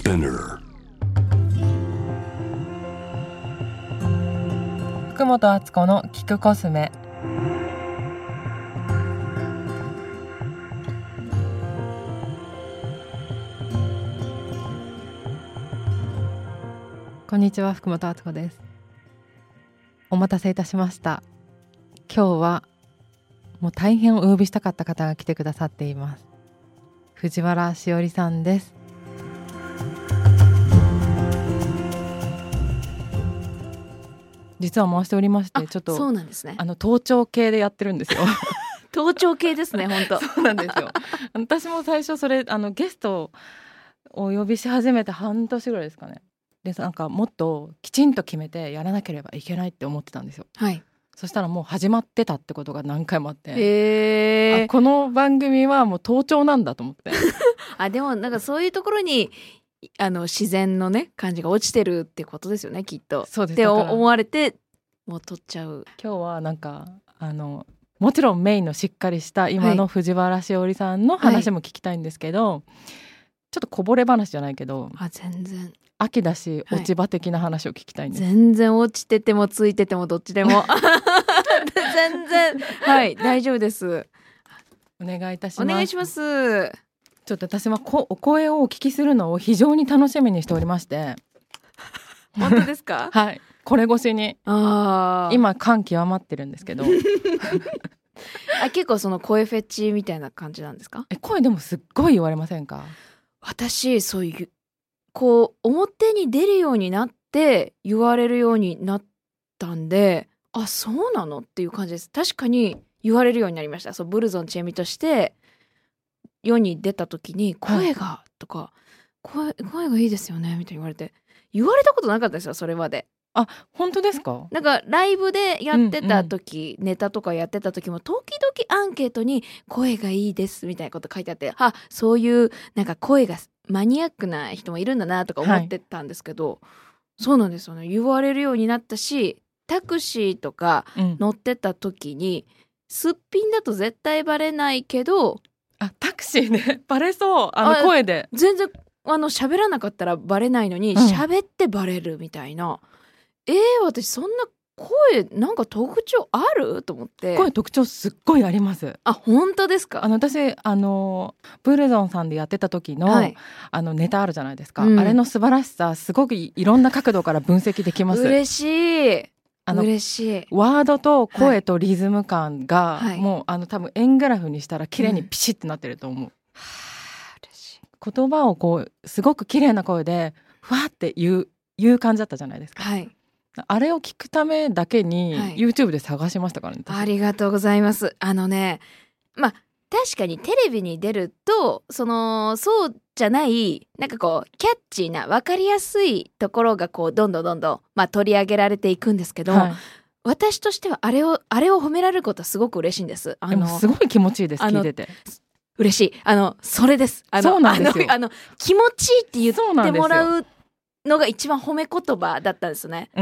Spinner. 福本敦子の聞くコスメ。こんにちは、福本敦子です。お待たせいたしました。今日はもう大変お呼びしたかった方が来てくださっています。藤原しおりさんです。実は回しておりまして、ちょっとそうなんですね。 盗聴系でやってるんですよ。 盗聴系ですね、本当。 そうなんですよ。私も最初それゲストをお呼びし始めて半年ぐらいですかね。でなんかもっときちんと決めてやらなければいけないって思ってたんですよ。 はい。 そしたらもう始まってたってことが何回もあって、この番組はもう盗聴なんだと思って。 でもなんかそういうところに自然のね感じが落ちてるってことですよね、きっと。 そうです。 って思われてもう撮っちゃう。 今日はなんかもちろんメインのしっかりした今の藤原しおりさんの話も聞きたいんですけど、ちょっとこぼれ話じゃないけど、 全然秋だし落ち葉的な話を聞きたいんです。 全然落ちててもついててもどっちでも全然大丈夫です。 お願いいたします。 お願いします。 ちょっと私はお声をお聞きするのを非常に楽しみにしておりまして。 本当ですか？ はい、これ越しに今感極まってるんですけど結構その声フェチみたいな感じなんですか？ 声でもすっごい言われませんか？ 私そういうこう表に出るようになって言われるようになったんで、そうなのっていう感じです。確かに言われるようになりました。そうブルゾンちえみとして世に出た時に声がとか、声がいいですよねみたいに言われて、言われたことなかったですよ、それまで。 本当ですか？なんかライブでやってた時、ネタとかやってた時も時々アンケートに声がいいですみたいなこと書いてあって、そういうなんか声がマニアックな人もいるんだなとか思ってたんですけど、そうなんですよね。言われるようになったし、タクシーとか乗ってた時に、すっぴんだと絶対バレないけど、 タクシーねバレそう、声で全然喋らなかったらバレないのに喋ってバレるみたいな、私そんな声なんか特徴あると思って。 声特徴すっごいあります。 本当ですか？ 私ブルゾンさんでやってた時の、ネタあるじゃないですか、あれの素晴らしさすごくいろんな角度から分析できます。 嬉しい。嬉しい。 ワードと声とリズム感が、もう多分円グラフにしたら綺麗にピシッてなってると思う。 嬉しい。 言葉をこうすごく綺麗な声でふわって言う感じだったじゃないですか。あれを聞くためだけに YouTube で探しましたからね。 ありがとうございます。確かにテレビに出るとそうじゃないなんかこうキャッチーな分かりやすいところがこうどんどん、取り上げられていくんですけど、私としてはあれを褒められることはすごく嬉しいんです。 でもすごい気持ちいいです、聞いてて。 嬉しい。それです。 そうなんですよ。 気持ちいいって言ってもらうのが一番褒め言葉だったんですね。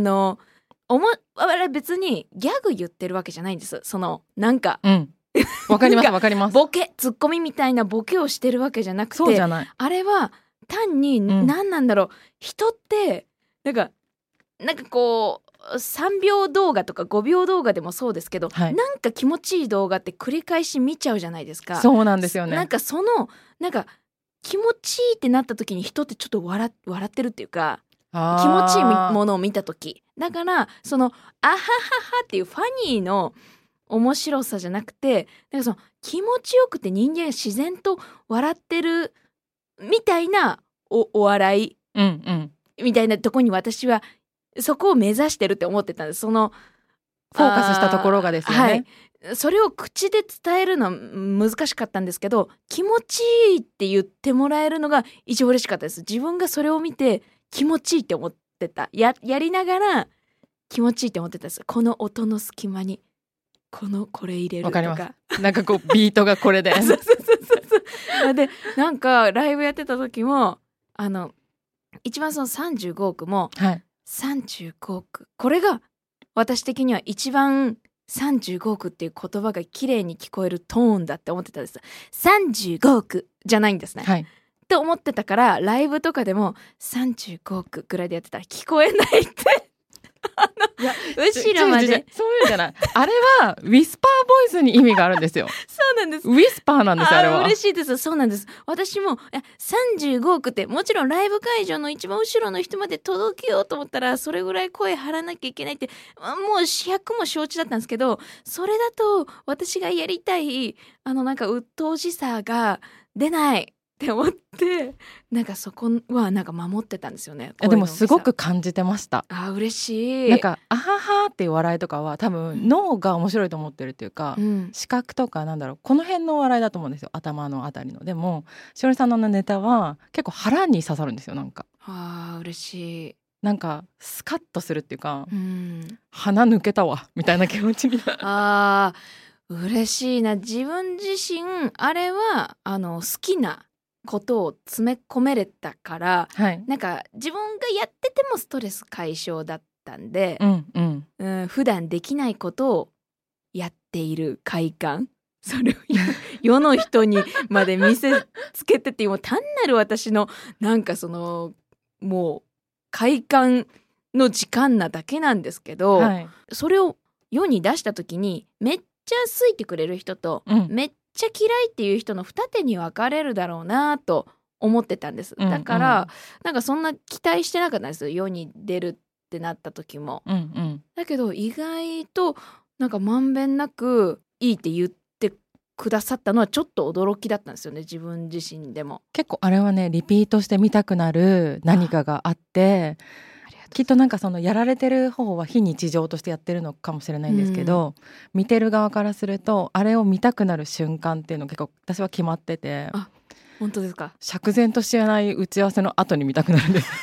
別にギャグ言ってるわけじゃないんです。なんか、 わかりますわかります。 ボケツッコミみたいなボケをしてるわけじゃなくて、 そうじゃない。 あれは単に何なんだろう、人ってなんかこう3秒動画とか5秒動画でもそうですけど、なんか気持ちいい動画って繰り返し見ちゃうじゃないですか。 そうなんですよね。 なんかなんか気持ちいいってなった時に人ってちょっと笑ってるっていうか、気持ちいいものを見た時だから、あはははっていうファニーの面白さじゃなくて、なんか気持ちよくて人間が自然と笑ってるみたいなお笑い、みたいなとこに私はそこを目指してるって思ってたんです。フォーカスしたところがですよね。 それを口で伝えるのは難しかったんですけど、気持ちいいって言ってもらえるのが一番嬉しかったです。自分がそれを見て気持ちいいって思ってた。やりながら気持ちいいって思ってたんです。この音の隙間にこれ入れるとか。わかります。 なんかこうビートがこれでそうで、なんかライブやってた時も一番35億も、35億これが私的には一番35億っていう言葉が綺麗に聞こえるトーンだって思ってたんです。35億じゃないんですね。 って思ってたから、ライブとかでも35億ぐらいでやってたら聞こえないっていや後ろまでそういうんじゃないあれはウィスパーボイスに意味があるんですよそうなんです。 ウィスパーなんですよあれは。 嬉しいです。そうなんです。私も35億ってもちろんライブ会場の一番後ろの人まで届けようと思ったらそれぐらい声張らなきゃいけないってもう100も承知だったんですけど、それだと私がやりたいなんか鬱陶しさが出ないって思って、なんかそこはなんか守ってたんですよね。 でもすごく感じてました。 嬉しい。 なんかあははっていう笑いとかは多分脳が面白いと思ってるっていうか、視覚とかなんだろうこの辺の笑いだと思うんですよ、頭のあたりの。でもしおりさんのネタは結構腹に刺さるんですよ。なんか嬉しい。 なんかスカッとするっていうか、鼻抜けたわみたいな気持ちになる。 嬉しいな。自分自身あれは好きなことを詰め込めれたから、なんか自分がやっててもストレス解消だったんで、普段できないことをやっている快感、それを世の人にまで見せつけてっていう単なる私のなんかもう快感の時間なだけなんですけど、それを世に出した時にめっちゃ好いてくれる人と、めっちゃ嫌いっていう人の二手に分かれるだろうなと思ってたんです。だから、なんかそんな期待してなかったんですよ、世に出るってなった時も。だけど意外となんかまんべんなくいいって言ってくださったのはちょっと驚きだったんですよね、自分自身でも。 結構あれはねリピートして見たくなる何かがあって、きっとなんかやられてる方は非日常としてやってるのかもしれないんですけど、見てる側からするとあれを見たくなる瞬間っていうの結構私は決まってて。 本当ですか？ 釈然と知らない打ち合わせの後に見たくなるんです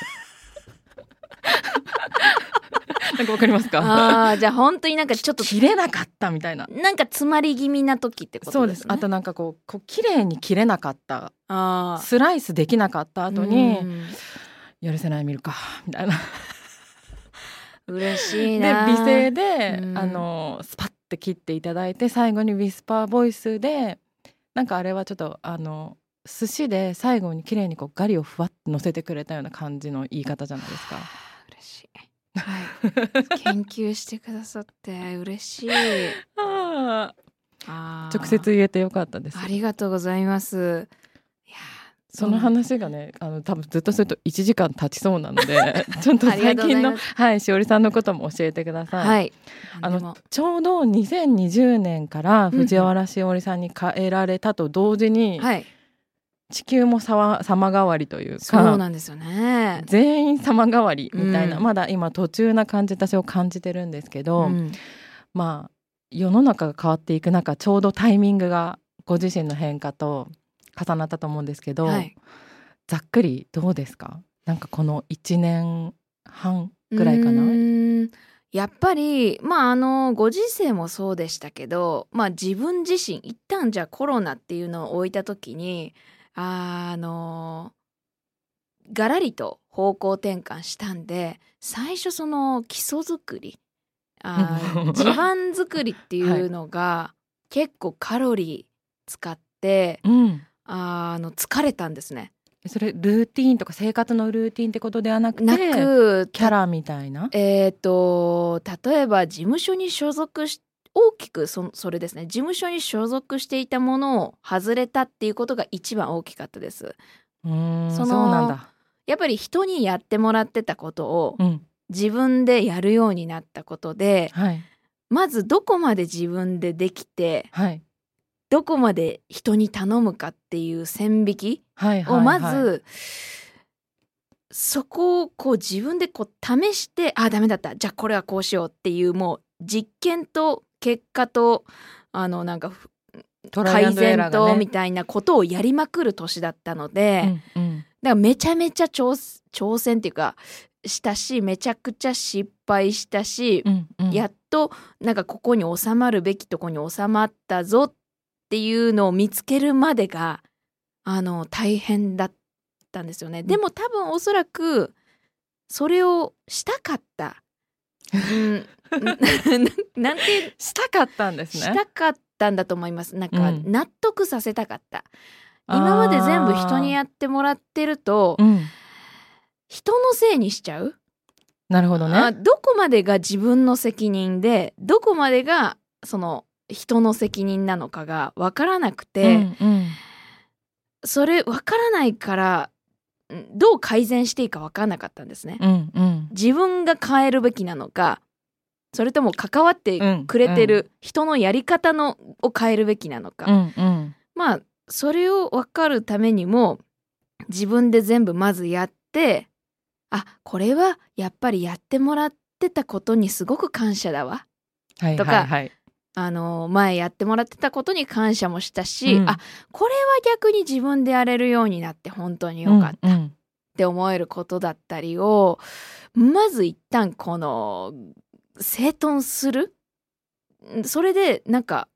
なんかわかりますか？ じゃあ本当になんかちょっと切れなかったみたいな、 なんか詰まり気味な時ってことですね。 そうです。あとなんかこう綺麗に切れなかった、スライスできなかった後に許せない見るかみたいな嬉しいな。 で美声でスパッて切っていただいて、最後にウィスパーボイスでなんかあれはちょっと寿司で最後に綺麗にこうガリをふわっと乗せてくれたような感じの言い方じゃないですか。 嬉しい。研究してくださって嬉しい。 直接言えてよかったです。 ありがとうございます。いやその話がね多分ずっとすると1時間経ちそうなのでちょっと最近のしおりさんのことも教えてください。ちょうど2020年から藤原しおりさんに変えられたと同時に、地球も様変わりというか、 そうなんですよね、 全員様変わりみたいな、まだ今途中な感じ私を感じてるんですけど、まあ世の中が変わっていく中ちょうどタイミングがご自身の変化と重なったと思うんですけど、ざっくりどうですか？なんかこの1年半ぐらいかな。 やっぱりご時世もそうでしたけど、自分自身一旦じゃあコロナっていうのを置いた時にガラリと方向転換したんで、最初基礎作り地盤作りっていうのが結構カロリー使って、疲れたんですね。 それルーティーンとか生活のルーティーンってことではなくてキャラみたいな、 例えば事務所に所属し大きくそれですね、事務所に所属していたものを外れたっていうことが一番大きかったです。 そうなんだ。 やっぱり人にやってもらってたことを自分でやるようになったことで、まずどこまで自分でできて、どこまで人に頼むかっていう線引きをまず、そこをこう自分でこう試して、ダメだった、じゃあこれはこうしようっていうもう実験と結果となんか改善とみたいなことをやりまくる年だったので、だからめちゃめちゃ挑戦っていうかしたし、めちゃくちゃ失敗したし、やっとなんかここに収まるべきとこに収まったぞっていうのを見つけるまでが大変だったんですよね。でも多分おそらくそれをしたかった、なんてしたかったんですね。 したかったんだと思います。なんか納得させたかった。 今まで全部人にやってもらってると、人のせいにしちゃう。 なるほどね。 どこまでが自分の責任でどこまでがその人の責任なのかが分からなくて、それ分からないからどう改善していいか分からなかったんですね。自分が変えるべきなのか、それとも関わってくれてる人のやり方を変えるべきなのか、まあそれを分かるためにも自分で全部まずやって、これはやっぱりやってもらってたことにすごく感謝だわ、とか、前やってもらってたことに感謝もしたし、これは逆に自分でやれるようになって本当によかったって思えることだったりを、まず一旦この整頓する。それでなんか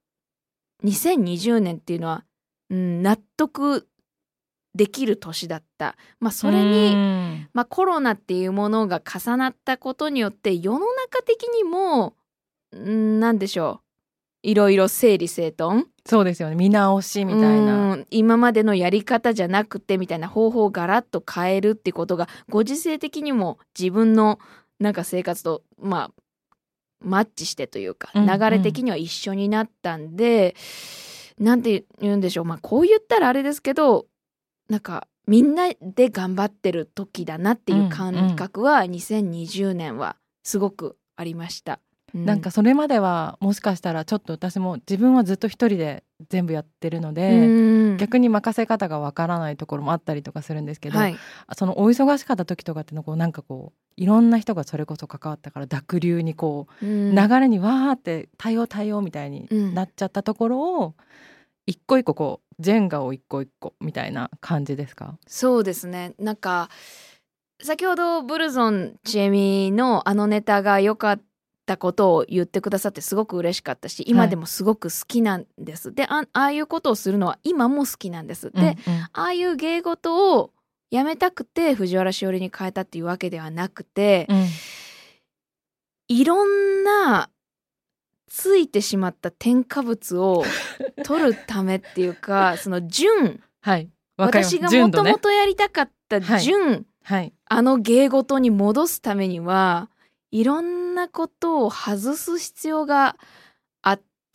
2020年っていうのは、納得できる年だった。それに、コロナっていうものが重なったことによって世の中的にもなんでしょう、いろいろ整理整頓、 そうですよね、見直しみたいな、 今までのやり方じゃなくてみたいな方法をガラッと変えるってことがご時世的にも自分のなんか生活とマッチしてというか、流れ的には一緒になったんで、なんて言うんでしょう、こう言ったらあれですけど、なんかみんなで頑張ってる時だなっていう感覚は2020年はすごくありました。 なんかそれまではもしかしたらちょっと私も自分はずっと一人で全部やってるので、逆に任せ方がわからないところもあったりとかするんですけど、そのお忙しかった時とかってのなんかこういろんな人がそれこそ関わったから濁流にこう、流れにわーって対応みたいになっちゃったところを、一個一個こうジェンガを一個一個みたいな感じですか？ そうですね。なんか先ほどブルゾンちえみのネタが良かったことを言ってくださってすごく嬉しかったし、今でもすごく好きなんです。で、ああいうことをするのは今も好きなんです。で、ああいう芸事をやめたくて藤原しおりに変えたっていうわけではなくて、いろんなついてしまった添加物を取るためっていうかその純、私がもともとやりたかった純、芸事に戻すためにはいろんなことを外す必要があった。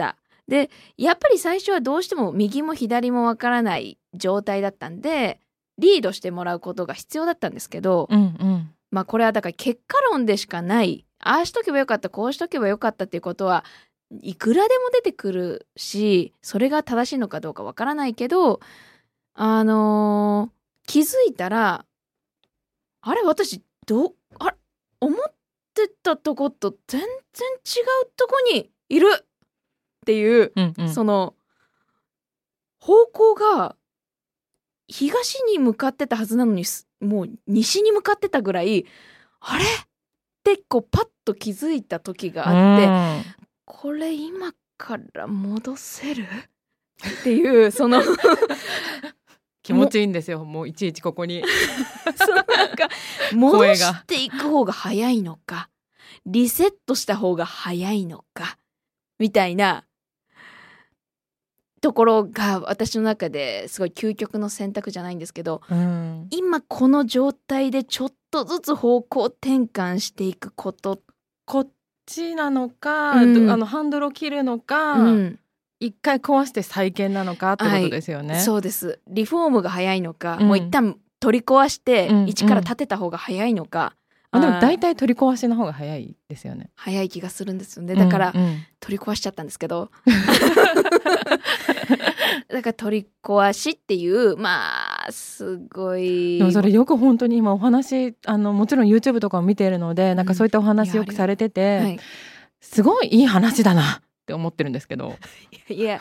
で、やっぱり最初はどうしても右も左もわからない状態だったんでリードしてもらうことが必要だったんですけど、これはだから結果論でしかない、ああしとけばよかったこうしとけばよかったっていうことはいくらでも出てくるし、それが正しいのかどうかわからないけど、気づいたらあれ私思ってたとこと全然違うとこにいるっていう、その方向が東に向かってたはずなのにもう西に向かってたぐらい、あれってこうパッと気づいた時があって、これ今から戻せるっていうその気持ちいいんですよ、もういちいちここにそうなんか戻していく方が早いのかリセットした方が早いのかみたいなところが私の中ですごい究極の選択じゃないんですけど、今この状態でちょっとずつ方向転換していくこと、 こっちなのか、ハンドルを切るのか、一回壊して再建なのかってことですよね。 そうです。リフォームが早いのか、もう一旦取り壊して一から建てた方が早いのか、 でも大体取り壊しの方が早いですよね。 早い気がするんですよね。だから、取り壊しちゃったんですけどだから取り壊しっていうすごい。 でもそれよく本当に今お話もちろん YouTube とかを見ているので、なんかそういったお話よくされてて、すごいいい話だなって思ってるんですけどいや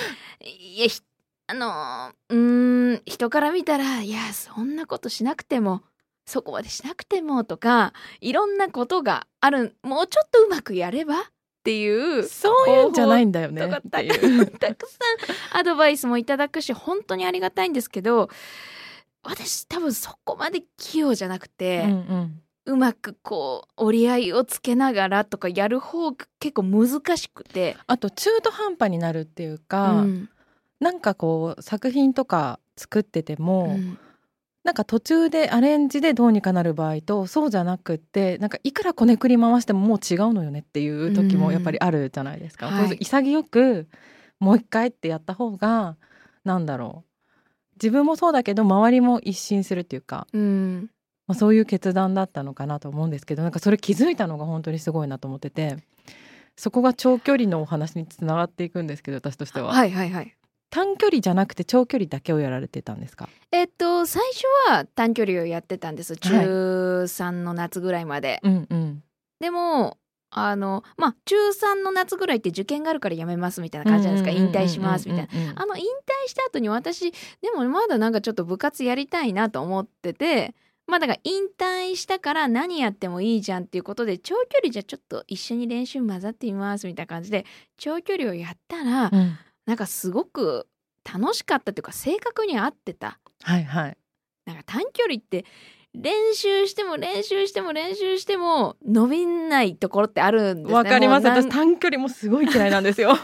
人から見たらそんなことしなくてもそこまでしなくてもとかいろんなことがある、もうちょっとうまくやればっていう、 そういうんじゃないんだよねっていうたくさんアドバイスもいただくし本当にありがたいんですけど、私多分そこまで器用じゃなくて、うまくこう折り合いをつけながらとかやる方が結構難しくて、 あと中途半端になるっていうか、なんかこう作品とか作ってても、 うん、 なんか途中でアレンジでどうにかなる場合と、そうじゃなくって、なんかいくらこねくり回してももう違うのよねっていう時もやっぱりあるじゃないですか、 はい、 潔くもう一回ってやった方が、なんだろう、自分もそうだけど周りも一新するっていうか、 うんそういう決断だったのかなと思うんですけど、なんかそれ気づいたのが本当にすごいなと思ってて、そこが長距離のお話につながっていくんですけど、私としては、 はいはいはい。 短距離じゃなくて長距離だけをやられてたんですか？ 最初は短距離をやってたんです。中3の夏ぐらいまで。 うんうん。 でも中3の夏ぐらいって受験があるからやめますみたいな感じじゃないですか。引退しますみたいな。引退した後に私でもまだなんかちょっと部活やりたいなと思ってて、だから引退したから何やってもいいじゃんっていうことで、長距離じゃちょっと一緒に練習混ざってみますみたいな感じで長距離をやったら、なんかすごく楽しかったっていうか、性格に合ってた。 はいはい。 なんか短距離って練習しても練習しても練習しても伸びないところってあるんですね。 わかります。私短距離もすごい嫌いなんですよ。もう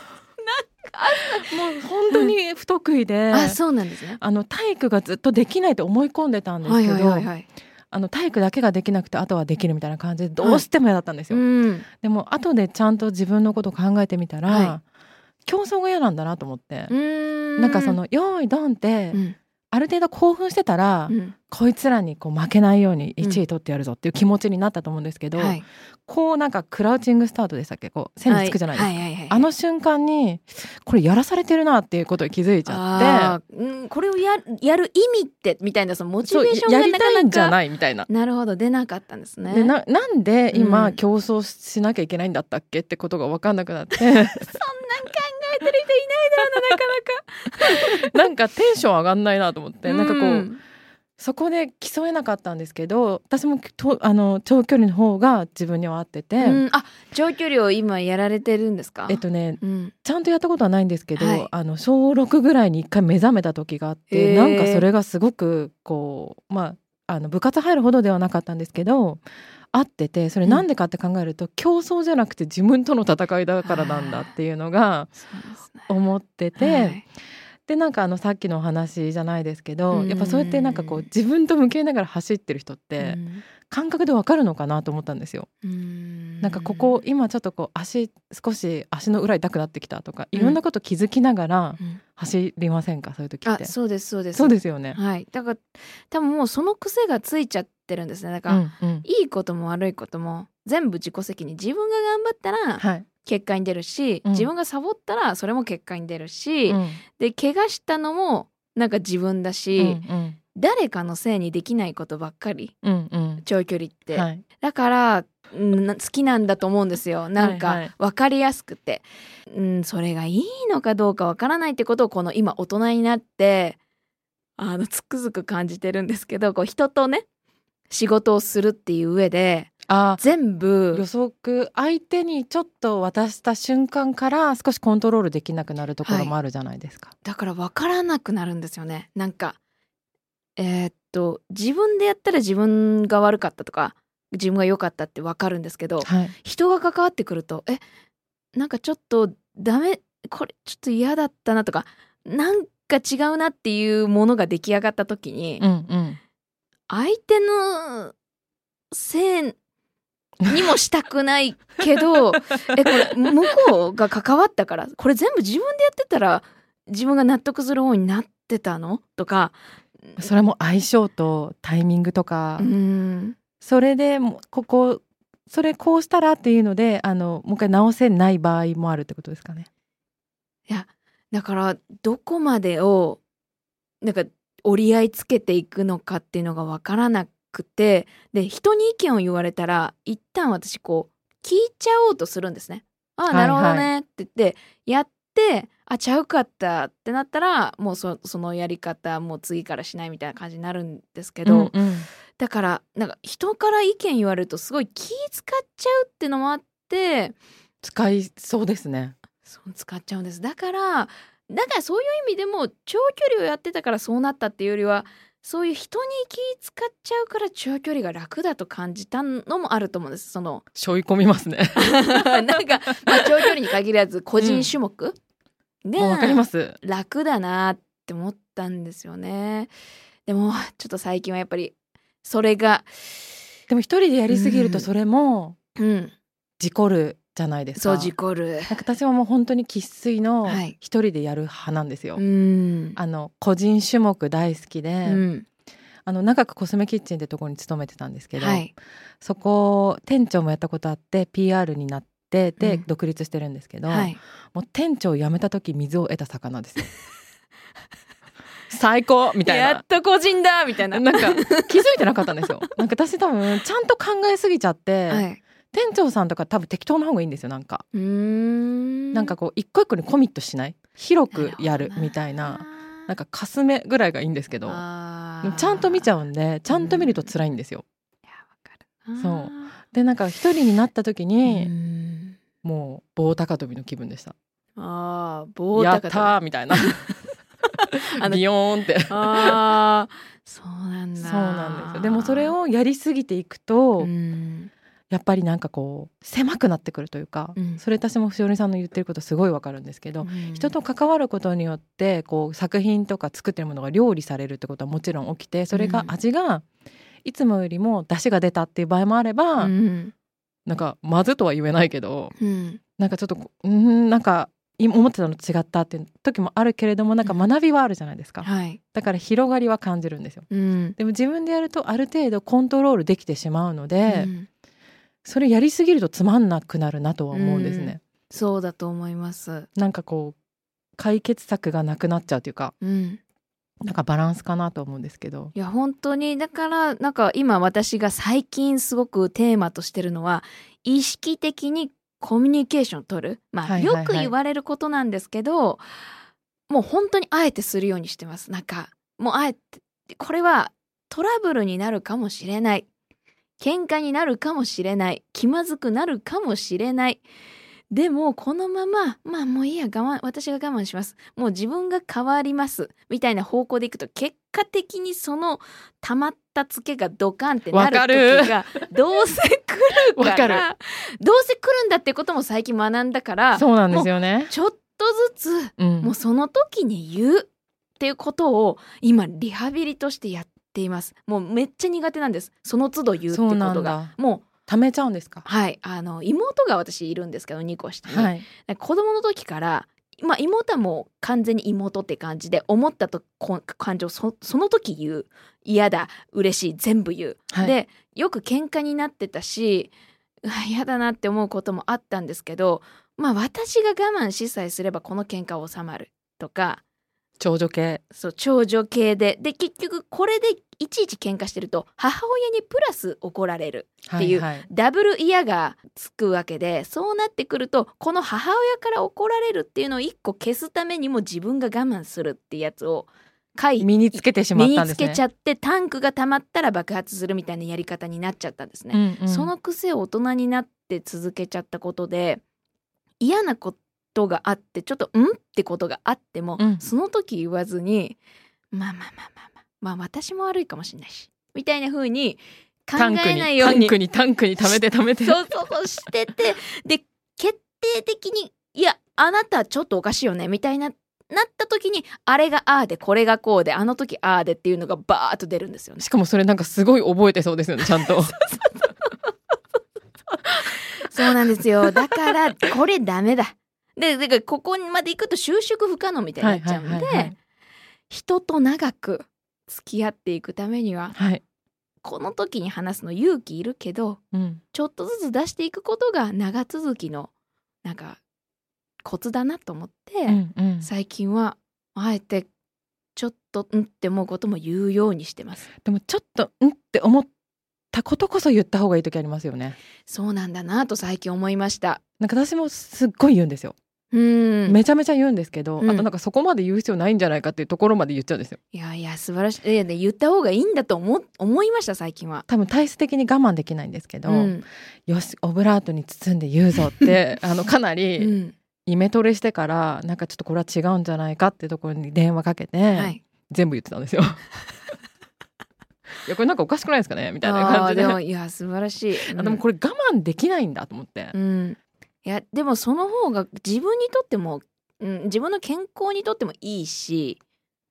本当に不得意で、 あ、そうなんですね。 体育がずっとできないと思い込んでたんですけど、体育だけができなくてあとはできるみたいな感じでどうしても嫌だったんですよ、でも後でちゃんと自分のことを考えてみたら、競争が嫌なんだなと思って、なんかその用意ドンって、ある程度興奮してたら、こいつらにこう負けないように1位取ってやるぞっていう気持ちになったと思うんですけど、こうなんかクラウチングスタートでしたっけ、こう背につくじゃないですか、あの瞬間にこれやらされてるなっていうことに気づいちゃって、 これをやる意味ってみたいな、そのモチベーションがやりたいんじゃないみたいな。 なるほど、出なかったんですね。 でなんで今、競争しなきゃいけないんだったっけってことが分かんなくなってそんなん考えてる人いないだろうな、なかなかなんかテンション上がんないなと思って、なんかこうそこで競えなかったんですけど、私も長距離の方が自分には合ってて、 長距離を今やられてるんですか？ ちゃんとやったことはないんですけど、小6ぐらいに一回目覚めた時があって、なんかそれがすごくこう、部活入るほどではなかったんですけど合ってて、それなんでかって考えると、競争じゃなくて自分との戦いだからなんだっていうのが思ってて、でなんかさっきのお話じゃないですけど、やっぱそうやってなんかこう自分と向き合いながら走ってる人って感覚でわかるのかなと思ったんですよ。なんかここ今ちょっとこう少し足の裏痛くなってきたとか、いろんなこと気づきながら走りませんか、そういう時って。 そうですそうです。 そうですよね。 だから多分もうその癖がついちゃってるんですね。だから、いいことも悪いことも全部自己責任。自分が頑張ったら結果に出るし、自分がサボったらそれも結果に出るし、で怪我したのもなんか自分だし、誰かのせいにできないことばっかり、長距離って、だから好きなんだと思うんですよ。なんか分かりやすくて、それがいいのかどうか分からないってことをこの今大人になってつくづく感じてるんですけど、こう人とね仕事をするっていう上で全部予測、相手にちょっと渡した瞬間から少しコントロールできなくなるところもあるじゃないですか、 だから分からなくなるんですよね。なんか自分でやったら自分が悪かったとか自分が良かったって分かるんですけど、人が関わってくるとなんかちょっとダメ、これちょっと嫌だったなとか、なんか違うなっていうものが出来上がった時に、相手のせいにもしたくないけどこれ向こうが関わったから、これ全部自分でやってたら自分が納得する方になってたのとか、 それも相性とタイミングとか、それでそれこうしたらっていうのでもう一回直せない場合もあるってことですかね。 いやだからどこまでをなんか折り合いつけていくのかっていうのが分からなくて、で人に意見を言われたら一旦私こう聞いちゃおうとするんですね。なるほどねって言ってやって、ちゃうかったってなったらもうそのやり方もう次からしないみたいな感じになるんですけど、だからなんか人から意見言われるとすごい気使っちゃうっていうのもあって、 使いそうですね。 使っちゃうんです。だからそういう意味でも長距離をやってたからそうなったっていうよりは、そういう人に気使っちゃうから長距離が楽だと感じたのもあると思うんです。 背負い込みますねなんか、長距離に限らず個人種目が楽だなっって思ったんですよね。でもちょっと最近はやっぱりそれがでも一人でやりすぎるとそれもうん事故るじゃないですか。 そう事故る。 なんか私はもう本当に生粋のはい一人でやる派なんですよ、 うん個人種目大好きで、 うん長くコスメキッチンってところに勤めてたんですけど、 はいそこ店長もやったことあって PR になってで、 うん独立してるんですけど、 はいもう店長を辞めた時水を得た魚ですよ最高みたいな、 やっと個人だみたいな。 なんか気づいてなかったんですよなんか私多分ちゃんと考えすぎちゃって、 はい店長さんとか多分適当な方がいいんですよ。なんかなんかこう一個一個にコミットしない、広くやるみたいな、なんかかすめぐらいがいいんですけど、でもちゃんと見ちゃうんで、ちゃんと見ると辛いんですよ。 いやわかる。 そうでなんか一人になった時にうんもう棒高跳びの気分でした。 棒やっ高跳びたーみたいなビヨーンってそうなんだ。 そうなんですよ。でもそれをやりすぎていくと、 うんやっぱりなんかこう狭くなってくるというか、それ私もしおりさんの言ってることすごいわかるんですけど、人と関わることによってこう作品とか作ってるものが料理されるってことはもちろん起きて、それが味がいつもよりも出汁が出たっていう場合もあれば、なんかまずとは言えないけど、なんかちょっとなんか思ってたのと違ったっていう時もあるけれども、なんか学びはあるじゃないですか、だから広がりは感じるんですよ、でも自分でやるとある程度コントロールできてしまうので、それやりすぎるとつまんなくなるなとは思うんですね、 そうだと思います。 なんかこう解決策がなくなっちゃうというか、なんかバランスかなと思うんですけど。 いや本当にだからなんか今私が最近すごくテーマとしてるのは、意識的にコミュニケーション取る、よく言われることなんですけど、もう本当にあえてするようにしてます。なんかもうあえて、これはトラブルになるかもしれない、喧嘩になるかもしれない、気まずくなるかもしれない、でもこのままもういいや、私が我慢します、もう自分が変わりますみたいな方向でいくと、結果的にその溜まったツケがドカンってなる時がどうせ来るからどうせ来るんだってことも最近学んだから、 そうなんですよね。 ちょっとずつ、もうその時に言うっていうことを今リハビリとしてやっています。もうめっちゃ苦手なんです、その都度言うってことが。もう溜めちゃうんですか？ はい、妹が私いるんですけど2個下に、子供の時から妹はもう完全に妹って感じで、思ったと感情その時言う、嫌だ嬉しい全部言う、でよく喧嘩になってたし、嫌だなって思うこともあったんですけど、私が我慢しさえすればこの喧嘩は収まるとか、 長女系、 そう長女系で結局これでいちいち喧嘩してると母親にプラス怒られるっていう、ダブル嫌がつくわけで、そうなってくるとこの母親から怒られるっていうのを一個消すためにも自分が我慢するっていうやつを身につけてしまったんですね。 身につけちゃって、タンクが溜まったら爆発するみたいなやり方になっちゃったんですね、その癖を大人になって続けちゃったことで、嫌なことがあってちょっとってことがあっても、その時言わずに私も悪いかもしれないしみたいな風に考えないようにタンクに溜めてそうしてて、で決定的にいやあなたちょっとおかしいよねみたいなった時に、あれがああでこれがこうであの時ああでっていうのがバーッと出るんですよね。 しかもそれなんかすごい覚えてそうですよね、ちゃんとそうなんですよ。だからこれダメだ。でここまで行くと収縮不可能みたいになっちゃうんで、人と長く付き合っていくためには、この時に話すの勇気いるけど、ちょっとずつ出していくことが長続きのなんかコツだなと思って、最近はあえてちょっとって思うことも言うようにしてます。 でもちょっとって思ったことこそ言った方がいい時ありますよね。 そうなんだなと最近思いました。 なんか私もすっごい言うんですよ。めちゃめちゃ言うんですけど、あとなんかそこまで言う必要ないんじゃないかっていうところまで言っちゃうんですよ。 いや素晴らしい。言った方がいいんだと思いました最近は。 多分体質的に我慢できないんですけど、よしオブラートに包んで言うぞってかなりイメトレしてから、なんかちょっとこれは違うんじゃないかっていうところに電話かけて、全部言ってたんですよいやこれなんかおかしくないですかねみたいな感じで。 でもいや素晴らしい、 でもこれ我慢できないんだと思って、 いやでもその方が自分にとっても、自分の健康にとってもいいし、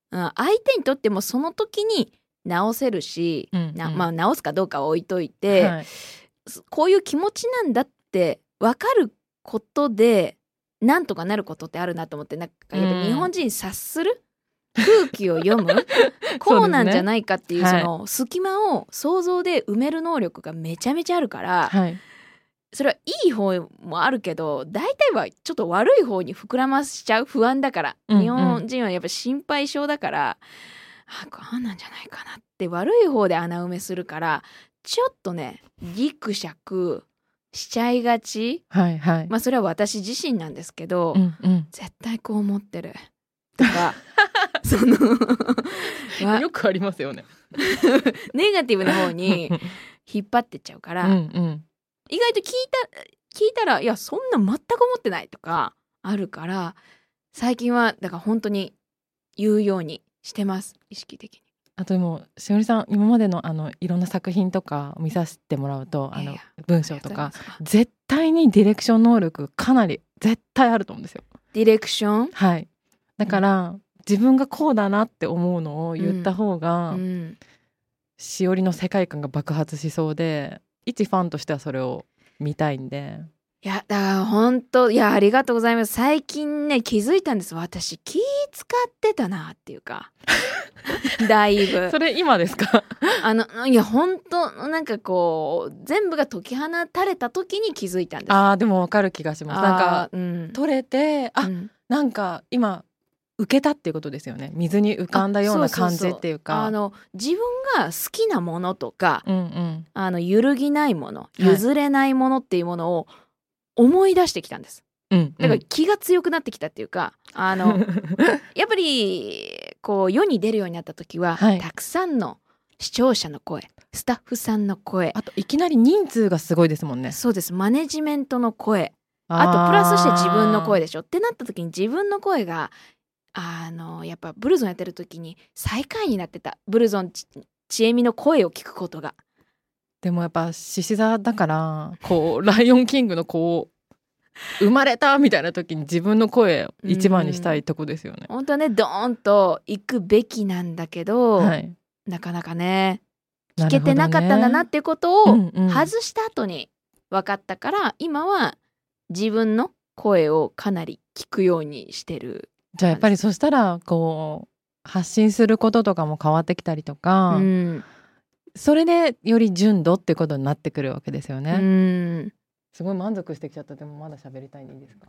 相手にとってもその時に直せるし、直すかどうかは置いといて、はい、こういう気持ちなんだって分かることでなんとかなることってあるなと思って、なんかやっぱ日本人察する、空気を読むこうなんじゃないかっていう、その隙間を想像で埋める能力がめちゃめちゃあるから、はい、それはいい方もあるけど大体はちょっと悪い方に膨らましちゃう、不安だから、日本人はやっぱ心配性だから、こうなんじゃないかなって悪い方で穴埋めするから、ちょっとねギクシャクしちゃいがち、はいはい、まあそれは私自身なんですけど、絶対こう思ってるとかそのよくありますよねネガティブな方に引っ張ってっちゃうから、意外と聞いたらいやそんな全く思ってないとかあるから、最近はだから本当に言うようにしてます、意識的に。 あとでもしおりさん今までのいろんな作品とか見させてもらうと文章とか絶対にディレクション能力かなり絶対あると思うんですよ。 ディレクション、 はい、だから、自分がこうだなって思うのを言った方が、しおりの世界観が爆発しそうで、一ファンとしてはそれを見たいんで。 いやだから本当、いやありがとうございます。最近ね気づいたんです。私気使ってたなっていうかだいぶ。 それ今ですか？ いや本当なんかこう全部が解き放たれた時に気づいたんです。 でも分かる気がします。なんか、取れてなんか今受けたっていうことですよね。水に浮かんだような感じっていうか、 自分が好きなものとか、揺るぎないもの、譲れないものっていうものを思い出してきたんです。だから気が強くなってきたっていうか、やっぱりこう世に出るようになった時は、たくさんの視聴者の声、スタッフさんの声、 あといきなり人数がすごいですもんね。 そうです、マネジメントの声、あとプラスして自分の声でしょってなった時に、自分の声がやっぱブルゾンやってる時に最下位になってた。ブルゾンちえみの声を聞くことが。 でもやっぱ獅子座だからこうライオンキングのこう生まれたみたいな時に自分の声を一番にしたいとこですよね。 本当はねドーンと行くべきなんだけど、なかなかね聞けてなかったんだなっていうことを外した後に分かったから、今は自分の声をかなり聞くようにしてる。 じゃあやっぱりそしたらこう発信することとかも変わってきたりとか、それでより純度ってことになってくるわけですよね。すごい満足してきちゃった。でもまだ喋りたいんでいいですか？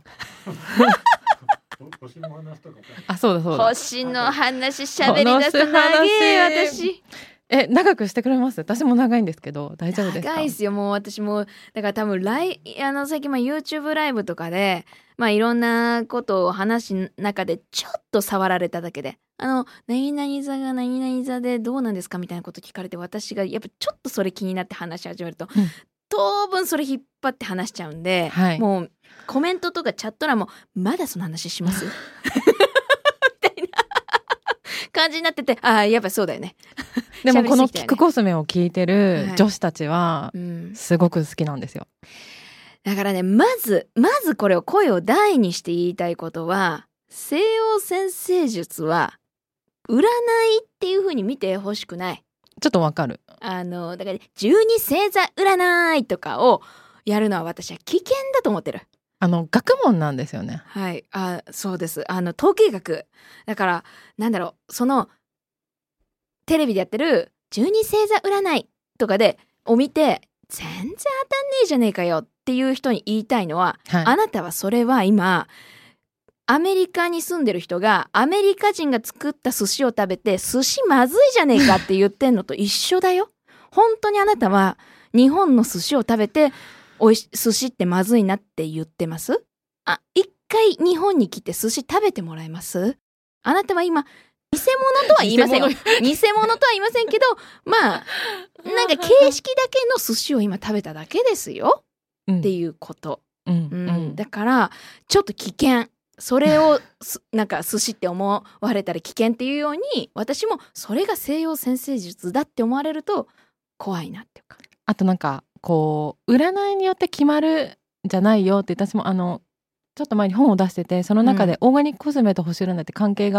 星の話とか。そうだそうだ。 星の話喋り出すと長い私。 長くしてくれます？私も長いんですけど大丈夫ですか？ 長いですよ。もう私もだから多分最近YouTube ライブとかでいろんなことを話す中でちょっと触られただけで、何々座が何々座でどうなんですかみたいなこと聞かれて、私がやっぱちょっとそれ気になって話し始めると、当分それ引っ張って話しちゃうんで、もうコメントとかチャット欄もまだその話しますみたいな感じになってて、やっぱそうだよねでもこのキックコスメを聞いてる女子たちはすごく好きなんですよ。 だからね、まずこれを声を大にして言いたいことは、西洋占星術は占いっていう風に見てほしくない。 ちょっとわかる。 だから12星座占いとかをやるのは私は危険だと思ってる。 学問なんですよね。 はい、そうです。統計学だから、なんだろう、そのテレビでやってる12星座占いとかでを見て全然当たんねえじゃねえかよっていう人に言いたいのは、あなたはそれは今アメリカに住んでる人がアメリカ人が作った寿司を食べて寿司まずいじゃねえかって言ってんのと一緒だよ。本当にあなたは日本の寿司を食べて寿司ってまずいなって言ってます？一回日本に来て寿司食べてもらえます？あなたは今偽物とは言いませんよ。偽物とは言いませんけど、なんか形式だけの寿司を今食べただけですよ、っていうこと、だからちょっと危険。それをなんか寿司って思われたら危険っていうように、私もそれが西洋占星術だって思われると怖いなっていうか。 あとなんかこう占いによって決まるじゃないよって、私もちょっと前に本を出してて、その中でオーガニックコスメと星占いって関係が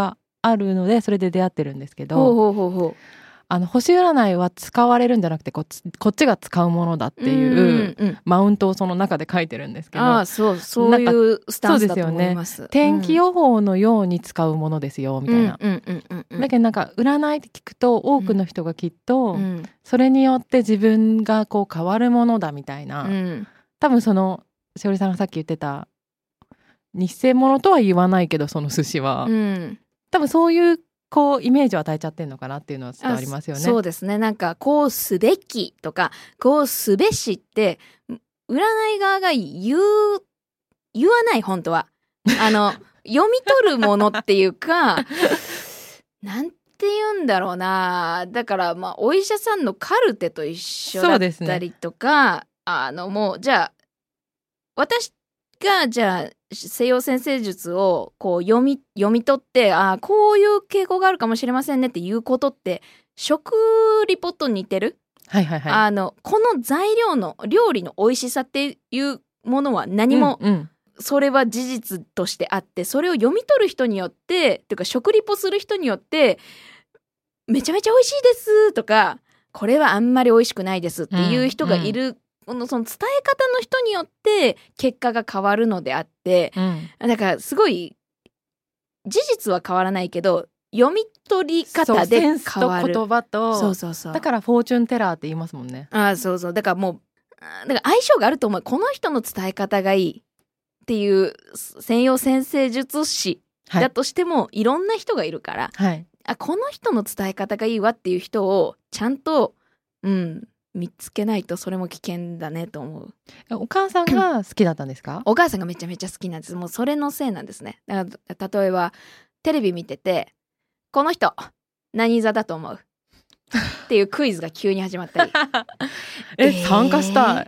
あるのでそれで出会ってるんですけど、 ほうほうほうほう。 星占いは使われるんじゃなくてこっちが使うものだっていうマウントをその中で書いてるんですけど、 そういうスタンスだと思います。 天気予報のように使うものですよみたいな。だけどなんか占いって聞くと多くの人がきっとそれによって自分がこう変わるものだみたいな、多分そのしおりさんがさっき言ってた偽物とは言わないけどその寿司は、多分そういうこうイメージを与えちゃってるのかなっていうのは伝わりますよね。 そうですね。なんかこうすべきとかこうすべしって占い側が言わない本当は読み取るものっていうかなんて言うんだろうな。だからまあお医者さんのカルテと一緒だったりとか、もうじゃあ私がじゃあ西洋占星術をこう読み取ってこういう傾向があるかもしれませんねっていうことって食リポと似てる、この材料の料理の美味しさっていうものは何も、それは事実としてあって、それを読み取る人によってというか食リポする人によってめちゃめちゃ美味しいですとかこれはあんまり美味しくないですっていう人がいる、その伝え方の人によって結果が変わるのであって、だからすごい事実は変わらないけど読み取り方で変わる。センスと言葉と、だからフォーチュンテラーって言いますもんね。 そうだからもうだから相性があると思う。この人の伝え方がいいっていう西洋占星術師だとしても、いろんな人がいるから、この人の伝え方がいいわっていう人をちゃんと見つけないとそれも危険だねと思う。 お母さんが好きだったんですか？ お母さんがめちゃめちゃ好きなんです。もうそれのせいなんですね。だから例えばテレビ見ててこの人何座だと思うっていうクイズが急に始まったり参加したい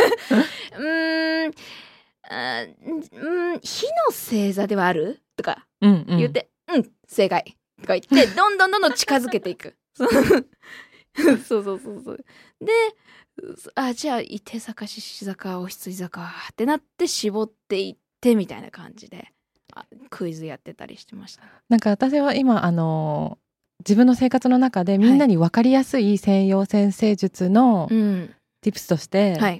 火の星座ではあるとか言って、正解とか言ってどんどん近づけていくそうでじゃあ伊手坂獅子坂お羊坂ってなって絞っていってみたいな感じでクイズやってたりしてました。 なんか私は今自分の生活の中でみんなに分かりやすい西洋占星術のティプスとして、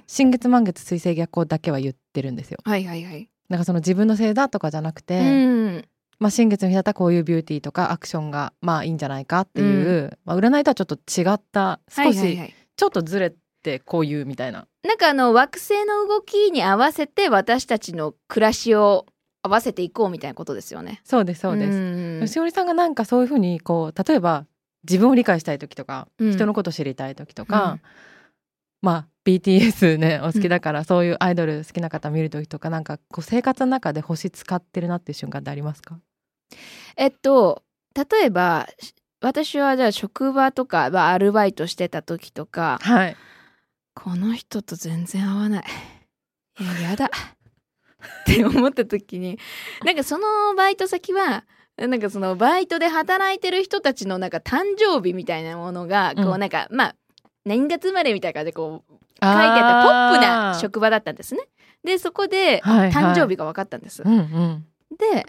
新月満月水星逆行だけは言ってるんですよ。なんかその自分のせいだとかじゃなくて、新月の日だったらこういうビューティーとかアクションがまあいいんじゃないかっていう、占いとはちょっと違った少しちょっとずれてこういうみたいな、 なんか惑星の動きに合わせて私たちの暮らしを合わせていこうみたいなことですよね。 そうですそうです。しおりさんがなんかそういうふうにこう例えば自分を理解したい時とか、人のことを知りたい時とか、BTS ねお好きだから、そういうアイドル好きな方見る時とか、なんかこう生活の中で星使ってるなっていう瞬間ってありますか？ 例えば私はじゃあ職場とか、アルバイトしてた時とか、この人と全然合わない、やだって思った時に、なんかそのバイト先はなんかそのバイトで働いてる人たちのなんか誕生日みたいなものがこうなんか、何月生まれみたいな感じでこう書いてあってポップな職場だったんですね。でそこで、誕生日が分かったんです。で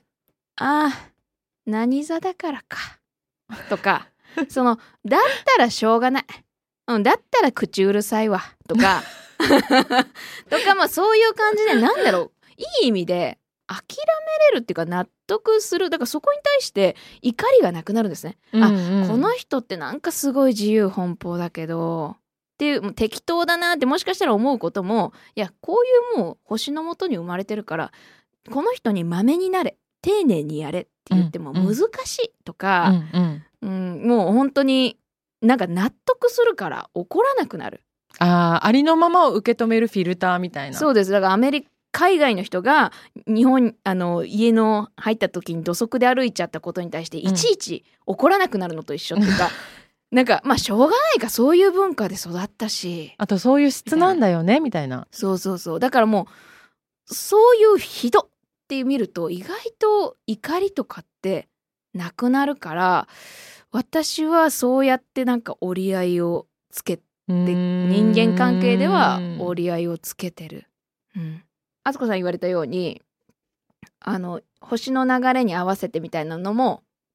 何座だからかとかだったらしょうがない、だったら口うるさいわとかとかそういう感じでなんだろう、いい意味で諦めれるっていうか納得する。だからそこに対して怒りがなくなるんですね。この人ってなんかすごい自由奔放だけどっていう、もう適当だなってもしかしたら思うことも、いやこういうもう星の下に生まれてるからこの人にまめになれ丁寧にやれって言っても難しいとか、もう本当になんか納得するから怒らなくなる。 ありのままを受け止めるフィルターみたいな。 そうです。だから海外の人が日本家の入った時に土足で歩いちゃったことに対していちいち怒らなくなるのと一緒っていうか、なんかしょうがないか、そういう文化で育ったし、 あとそういう質なんだよねみたいな。 そうだからもうそういう人って見ると意外と怒りとかってなくなるから、私はそうやってなんか折り合いをつけて、人間関係では折り合いをつけてる。あつこさん言われたように星の流れに合わせてみたいなのも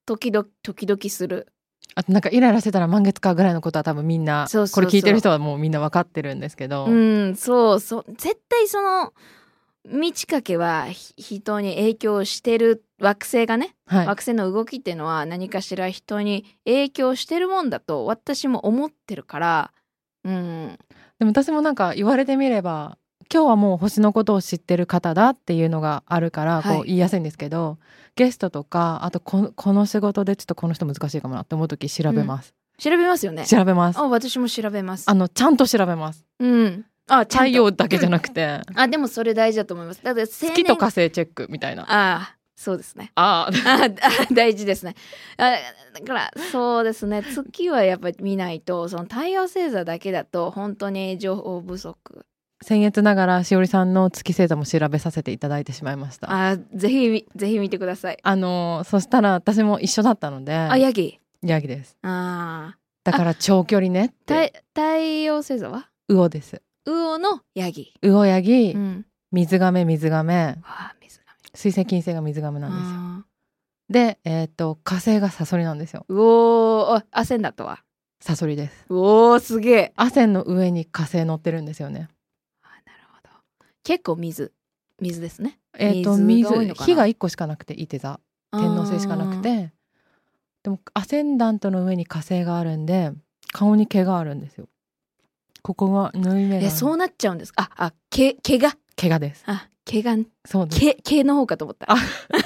時々する。 あとなんかイライラしてたら満月かぐらいのことは多分みんなそうそうそうこれ聞いてる人はもうみんな分かってるんですけど、 そう絶対その満ち欠けは人に影響してる惑星がね、 はい、 惑星の動きっていうのは何かしら人に影響してるもんだと私も思ってるから、 でも私もなんか言われてみれば今日はもう星のことを知ってる方だっていうのがあるからこう言いやすいんですけど、ゲストとかあとこの仕事でちょっとこの人難しいかもなって思う時調べます、 調べますよね。 調べます。 私も調べます。 ちゃんと調べます。太陽だけじゃなくて、 でもそれ大事だと思います。だって月と火星チェックみたいな。 そうですね。大事ですね。だからそうですね、月はやっぱり見ないと、その太陽星座だけだと本当に情報不足。 僭越ながらしおりさんの月星座も調べさせていただいてしまいました。 ぜひ見てください。 そしたら私も一緒だったので。 ヤギです。だから長距離ねって。 太陽星座は魚です。 魚のヤギ。 魚ヤギ、水亀水星金星が水亀なんですよ。で火星がサソリなんですよ。 アセンダとはサソリです。 すげえ。 アセンの上に火星乗ってるんですよね。 なるほど。結構水ですね。 水火が1個しかなくていて座天王星しかなくて、でもアセンダントの上に火星があるんで顔に毛があるんですよ。ここが縫い目がそうなっちゃうんですか。毛がです。毛がそうです。毛の方かと思った。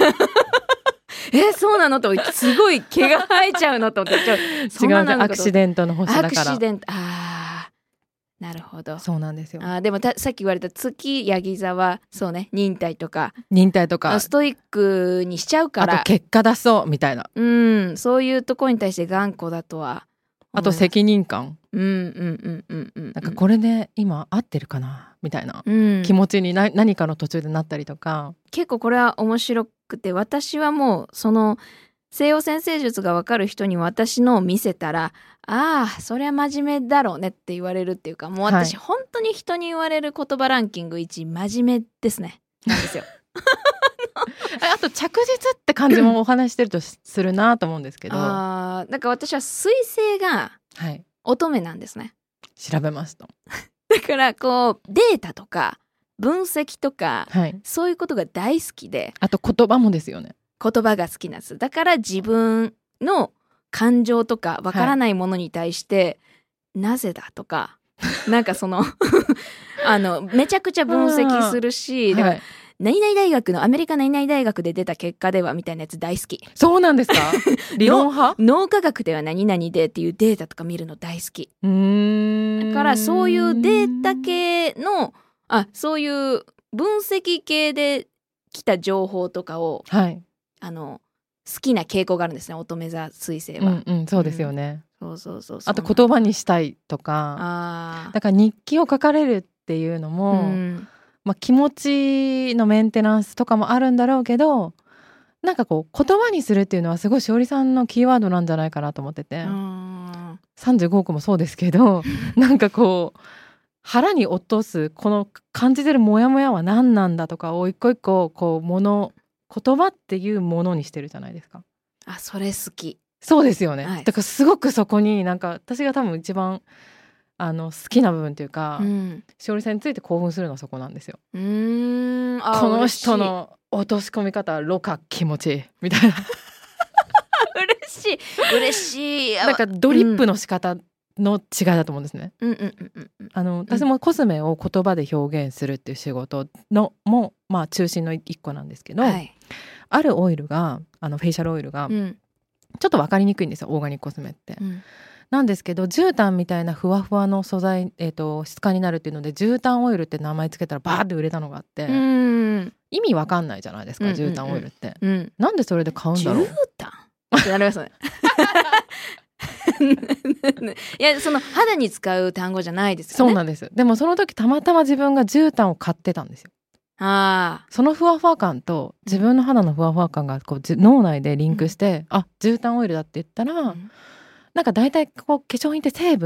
そうなのとすごい毛が生えちゃうのと思って違う、アクシデントの星だから。アクシデント。 なるほど。 そうなんですよ。 でもさっき言われた月ヤギ座はそうね、忍耐とかストイックにしちゃうから、 あと結果出そうみたいな、 そういうところに対して頑固だとは。 あと責任感、 なんかこれで今合ってるかなみたいな気持ちに何かの途中でなったりとか。 結構これは面白くて、私はもうその西洋占星術が分かる人に私のを見せたら、そりゃ真面目だろうねって言われるっていうか、もう私本当に人に言われる言葉ランキング1真面目ですねなんですよあと着実って感じもお話してるとするなと思うんですけどだから私は水星が乙女なんですね、 調べますと。 だからこうデータとか分析とか、そういうことが大好きで、 あと言葉もですよね。 言葉が好きなんです。だから自分の感情とかわからないものに対して、なぜだとかなんかそのめちゃくちゃ分析するし、だから何々大学のアメリカ何々大学で出た結果ではみたいなやつ大好き。 そうなんですか理論派脳科学では何々でっていうデータとか見るの大好き。だからそういうデータ系のそういう分析系で来た情報とかを、好きな傾向があるんですね、乙女座水星は。 そうですよね。 そうあと言葉にしたいとか、だから日記を書かれるっていうのも、気持ちのメンテナンスとかもあるんだろうけど、なんかこう言葉にするっていうのはすごいしおりさんのキーワードなんじゃないかなと思ってて、35億もそうですけどなんかこう腹に落とすこの感じてるモヤモヤは何なんだとかを一個一個こう言葉っていうものにしてるじゃないですか。 それ好き。 そうですよね、だからすごくそこになんか私が多分一番好きな部分というか、しおりさんについて興奮するのはそこなんですよ。この人の落とし込み方はロカ気持ちいいみたいな嬉しい。 なんかドリップの仕方の違いだと思うんですね。私もコスメを言葉で表現するっていう仕事のも中心の一個なんですけど、あるオイルがフェイシャルオイルがちょっと分かりにくいんですよ、オーガニックコスメって。なんですけど絨毯みたいなふわふわの素材、質感になるっていうので絨毯オイルって名前つけたらバーって売れたのがあって、意味わかんないじゃないですか、絨毯オイルって、なんでそれで買うんだろう。 絨毯ってなりますねいや、その肌に使う単語じゃないですよね。 そうなんです。でもその時たまたま自分が絨毯を買ってたんですよ。そのふわふわ感と自分の肌のふわふわ感がこう脳内でリンクして、絨毯オイルだって言ったら、なんか大体こう化粧品って成分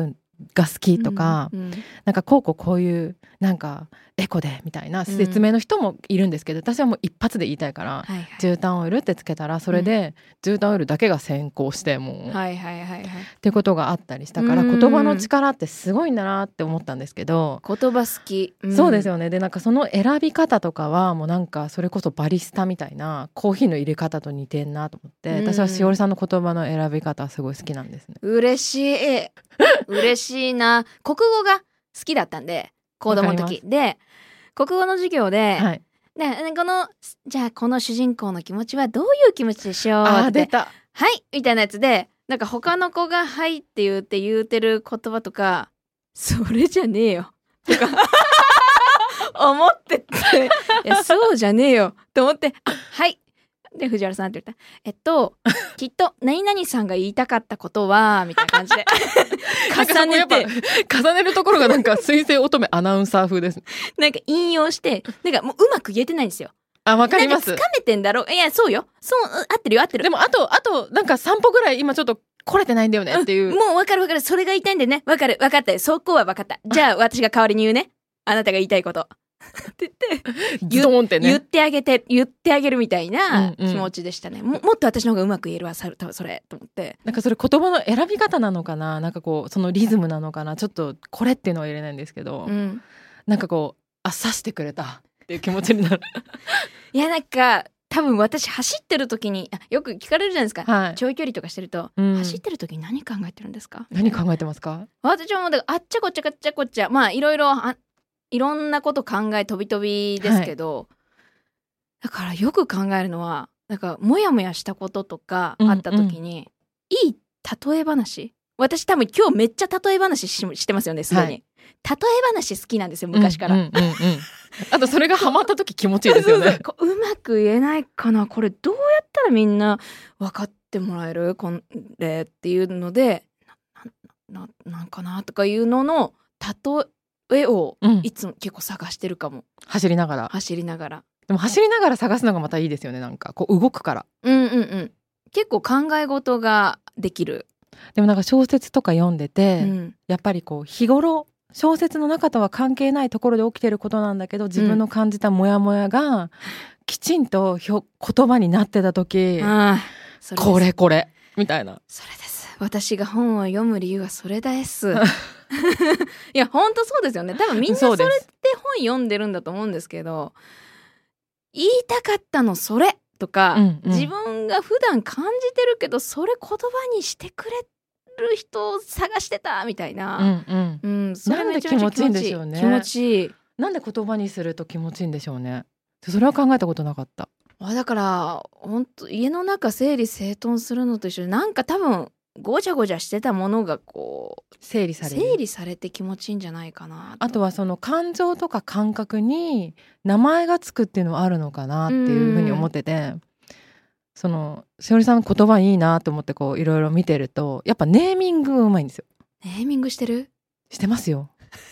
が好きとか、 うんうん、 なんかこういうなんかエコでみたいな説明の人もいるんですけど、私はもう一発で言いたいから、 はいはい、 絨毯オイルってつけたらそれで絨毯オイルだけが先行してもう、 はいはいはいはい、 ってことがあったりしたから、言葉の力ってすごいんだなって思ったんですけど、 言葉好き、 そうですよね。でなんかその選び方とかはもうなんかそれこそバリスタみたいなコーヒーの入れ方と似てんなと思って、私はしおりさんの言葉の選び方はすごい好きなんですね。 嬉しい嬉しいな。国語が好きだったんで、子供の時で国語の授業で、 はい、 じゃあこの主人公の気持ちはどういう気持ちでしょうって出たはいみたいなやつで、なんか他の子がはいって言うてる言葉とか、それじゃねえよとか思ってて、いやそうじゃねえよと思って、はいで藤原さんって言ったきっと何々さんが言いたかったことはみたいな感じで重ねて重ねるところがなんか水星乙女アナウンサー風です。 なんか引用してなんかもううまく言えてないんですよ。 わかります。 なんか掴めてんだろう。いやそうよ、そう合ってるよ合ってる。 でもあとなんか3歩ぐらい今ちょっと来れてないんだよねっていう、 もう分かるそれが言いたいんでね、分かったよ、そこは分かった、じゃあ私が代わりに言うね、あなたが言いたいことってズドンってね言ってあげるみたいな気持ちでしたね、もっと私の方がうまく言えるわそれと思って。 なんかそれ言葉の選び方なのかな、なんかこうそのリズムなのかな、ちょっとこれっていうのは入れないんですけど、なんかこう刺してくれたっていう気持ちになるいやなんか多分私走ってる時によく聞かれるじゃないですか、はい、長距離とかしてると、走ってる時に何考えてるんですか、 何考えてますか。 私はもうだからあっちゃこっちゃまあいろんなこと考え飛びですけど、はい、だからよく考えるのはなんかモヤモヤしたこととかあった時に、いい例え話、私多分今日めっちゃ例え話してますよねすでに、はい、例え話好きなんですよ昔から、 あとそれがハマった時気持ちいいですよねうまく言えないかな、これどうやったらみんな分かってもらえるこれっていうのでなんかなとかいうのの例えをいつも結構探してるかも、 走りながらでも走りながら探すのがまたいいですよね、なんかこう動くから、 結構考え事ができる。 でもなんか小説とか読んでて、やっぱりこう日頃小説の中とは関係ないところで起きてることなんだけど、自分の感じたモヤモヤがきちんと言葉になってた時、これみたいな。 それです、私が本を読む理由はそれですいや本当そうですよね、多分みんなそれって本読んでるんだと思うんですけど、言いたかったのそれとか、自分が普段感じてるけどそれ言葉にしてくれる人を探してたみたいな、それめちゃめちゃ気持ちいいんでしょうね。気持ちいい。 なんで言葉にすると気持ちいいんでしょうね。それは考えたことなかった。 だから本当家の中整理整頓するのと一緒で、なんか多分ごちゃごちゃしてたものがこう整理されて気持ちいいんじゃないかな。 あとはその感情とか感覚に名前がつくっていうのはあるのかなっていうふうに思ってて、そのしおりさんの言葉いいなと思ってこういろいろ見てると、やっぱネーミングがうまいんですよ。 ネーミングしてますよ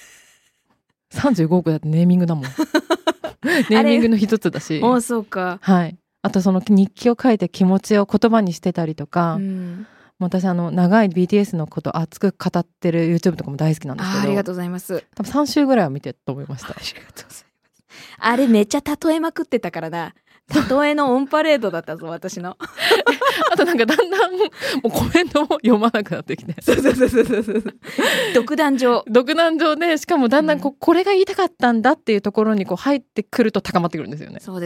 35億だってネーミングだもんネーミングの一つだしそうか、 はい、あとその日記を書いて気持ちを言葉にしてたりとか、私長い BTS のこと熱く語ってる YouTube とかも大好きなんですけど、 ありがとうございます。 多分3週ぐらいは見てると思いました。ありがとうございます。 あれめっちゃ例えまくってたからな、例えのオンパレードだったぞ私のあとなんかだんだんもうコメントも読まなくなってきてそう独壇場で、しかもだんだんこれが言いたかったんだっていうところにこう入ってくると高まってくるんですよね。 そう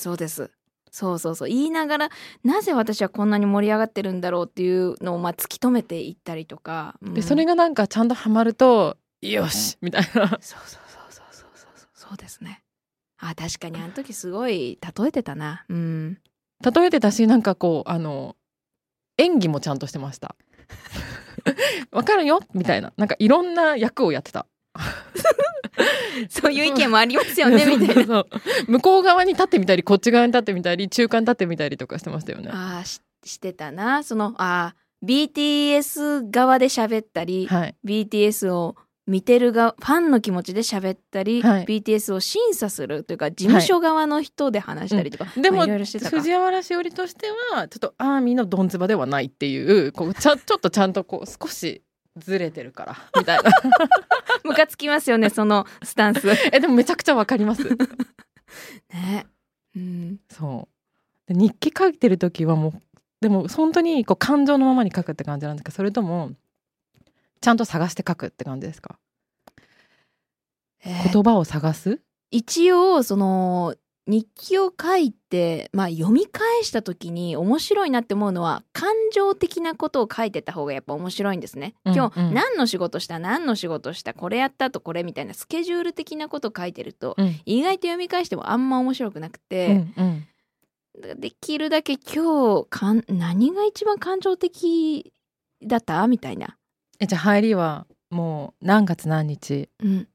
言いながら、なぜ私はこんなに盛り上がってるんだろうっていうのを突き止めていったりとか、 でそれがなんかちゃんとハマるとよしみたいな、 そうですね。確かにあの時すごい例えてたな、 例えてたし、なんかこう演技もちゃんとしてましたわかるよみたいな、なんかいろんな役をやってたそういう意見もありますよねみたいなそう向こう側に立ってみたりこっち側に立ってみたり中間に立ってみたりとかしてましたよね。 してたな。そのBTS 側で喋ったり、BTS を見てる側ファンの気持ちで喋ったり、BTS を審査するというか事務所側の人で話したりとか、 でも藤原しおりとしてはちょっとアーミーのドンズバではないっていう、ちょっとちゃんとこう少しずれてるからみたいなムカつきますよねそのスタンスでもめちゃくちゃわかりますね、うん、 そうで日記書いてる時はもうでも本当にこう感情のままに書くって感じなんですか、それともちゃんと探して書くって感じですか？言葉を探す？ 一応その日記を書いて、読み返した時に面白いなって思うのは感情的なことを書いてた方がやっぱ面白いんですね、今日何の仕事したこれやったとこれみたいなスケジュール的なことを書いてると、意外と読み返してもあんま面白くなくて、できるだけ今日何が一番感情的だったみたいな。 じゃあ入りはもう何月何日、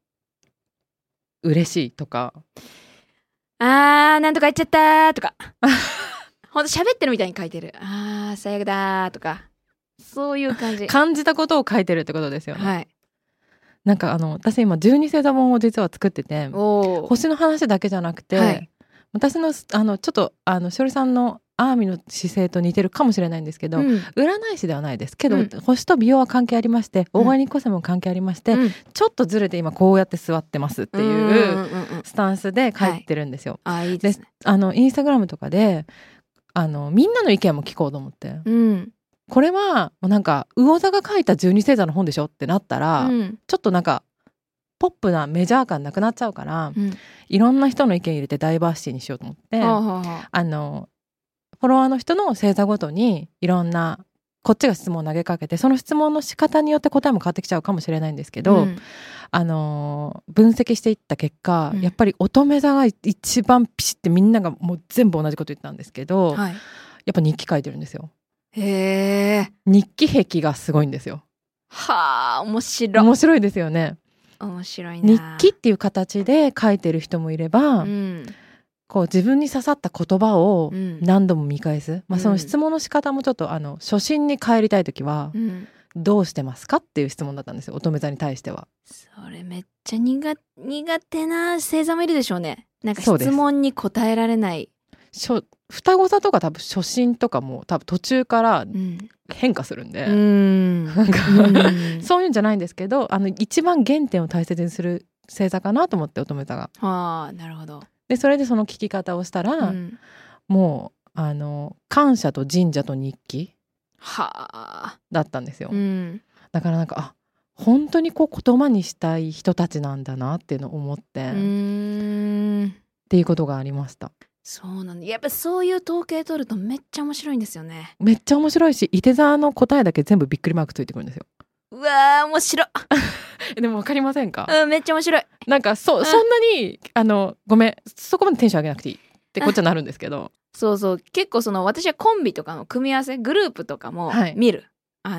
嬉しいとか、 なんとか言っちゃったとかほんと喋ってるみたいに書いてる、最悪だとか、そういう感じ感じたことを書いてるってことですよね。 はい。 なんか私今12星座本を実は作ってて、星の話だけじゃなくて、はい、私のちょっとしおりさんのアーミの姿勢と似てるかもしれないんですけど、占い師ではないですけど、星と美容は関係ありまして、オーガニックコスメも関係ありまして、ちょっとずれて今こうやって座ってますっていうスタンスで書いてるんですよ。 いいですね。 インスタグラムとかでみんなの意見も聞こうと思って、これはなんか魚座が書いた12星座の本でしょってなったら、ちょっとなんかポップなメジャー感なくなっちゃうから、いろんな人の意見入れてダイバーシティにしようと思って、フォロワーの人の星座ごとにいろんなこっちが質問を投げかけて、その質問の仕方によって答えも変わってきちゃうかもしれないんですけど、分析していった結果、やっぱり乙女座が一番ピシッてみんながもう全部同じこと言ったんですけど、やっぱ日記書いてるんですよ。日記癖がすごいんですよ。 面白いですよね。 面白いな。 日記っていう形で書いてる人もいれば、こう自分に刺さった言葉を何度も見返す、その質問の仕方もちょっと初心に帰りたい時は、どうしてますかっていう質問だったんですよ、乙女座に対しては。 それめっちゃ苦手な星座もいるでしょうね。なんか質問に答えられない。 双子座とか多分初心とかも多分途中から変化するんで、なんかそういうんじゃないんですけど、一番原点を大切にする星座かなと思って、乙女座が。 なるほど。 でそれでその聞き方をしたら、もう感謝と神社と日記だったんですよ。だからなんか本当にこう言葉にしたい人たちなんだなっていうのを思って、っていうことがありました。 そうなんだ。やっぱそういう統計取るとめっちゃ面白いんですよね。 めっちゃ面白いし、いて座の答えだけ全部びっくりマークついてくるんですよ。 うわー面白いでも分かりませんか？ めっちゃ面白い。 なんかそんなにごめん、そこまでテンション上げなくていいってこっちはなるんですけど、 そう結構私はコンビとかの組み合わせグループとかも見る、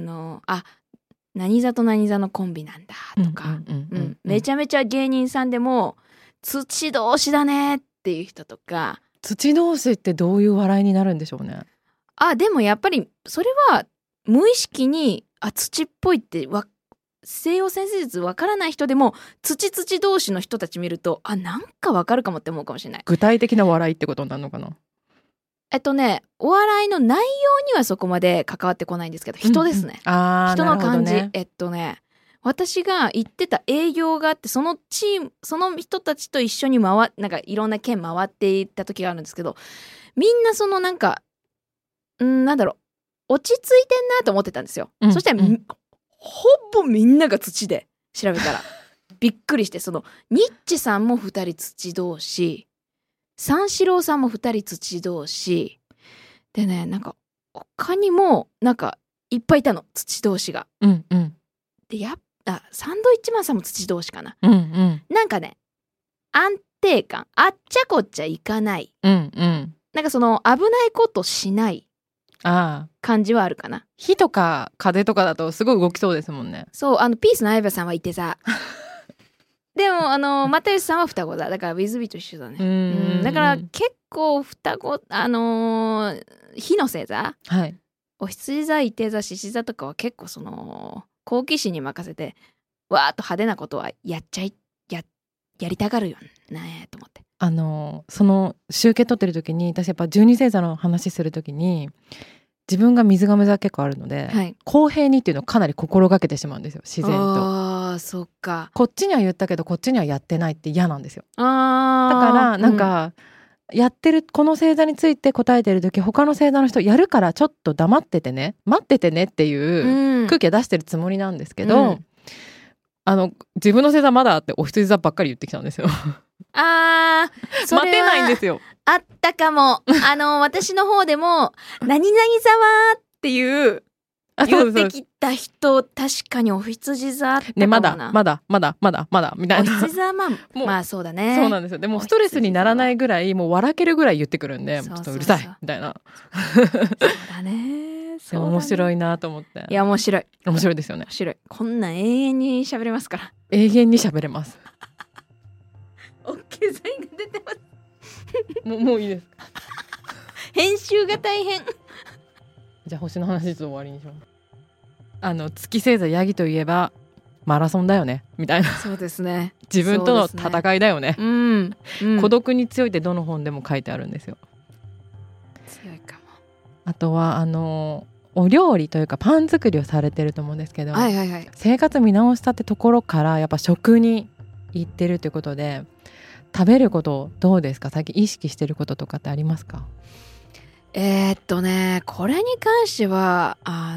何座と何座のコンビなんだとか、めちゃめちゃ芸人さんでも土同士だねっていう人とか。 土同士ってどういう笑いになるんでしょうね。 でもやっぱりそれは無意識に土っぽいって西洋占星術わからない人でも土同士の人たち見るとなんかわかるかもって思うかもしれない。 具体的な笑いってことになるのかな。 お笑いの内容にはそこまで関わってこないんですけど、人ですね、人の感じ、私が行ってた営業があって、そのチーム、その人たちと一緒になんかいろんな県回っていった時があるんですけど、みんななんかなんだろう、落ち着いてんなと思ってたんですよ、そしたら、ほぼみんなが土で調べたらびっくりして、ニッチさんも2人土同士、三四郎さんも2人土同士でね、なんか他にもなんかいっぱいいたの、土同士が。でサンドイッチマンさんも土同士かな。なんかね、安定感、あっちゃこっちゃいかない、なんか危ないことしない感じはあるかな。 火とか風とかだとすごい動きそうですもんね。 そう、ピースの相葉さんはいてさでも又吉さんは双子だ。だからウィズビーと一緒だね。だから結構双子火の星座、お羊座、いて座、獅子座とかは結構好奇心に任せてわーっと派手なことはやりたがるよねと思って。 その集計取ってる時に、私やっぱ12星座の話する時に自分が水亀座結構あるので、 はい、 公平にっていうのをかなり心がけてしまうんですよ、自然と。 あー、そっか。 こっちには言ったけどこっちにはやってないって嫌なんですよ。だあからなんか、やってるこの星座について答えてる時、他の星座の人やるからちょっと黙っててね、待っててねっていう空気は出してるつもりなんですけど、自分の星座まだってお羊座ばっかり言ってきたんですよ。 あー、それは待てないんですよ。 あったかも。私の方でも何々座はっていう言ってきた人、確かにお羊座あったかもな。 ね、まだみたいな。 お羊座はまあそうだね。 そうなんですよ。でもストレスにならないぐらい、もう笑けるぐらい言ってくるんで、ちょっとうるさいみたいな。 そうだね。 そうだね。面白いなと思って。 いや面白いですよね。 面白い。こんなん永遠に喋れますから。 永遠に喋れます。 オッケーサインが出てます。 もういいですか。 編集が大変。 じゃあ星の話ちょっと終わりにします。月星座ヤギといえばマラソンだよねみたいな。 そうですね。 自分との戦いだよね。孤独に強いってどの本でも書いてあるんですよ。 強いかも。 あとはお料理というかパン作りをされてると思うんですけど、生活見直したってところからやっぱ食に行ってるということで、食べることどうですか？最近意識してることとかってありますか？ これに関しては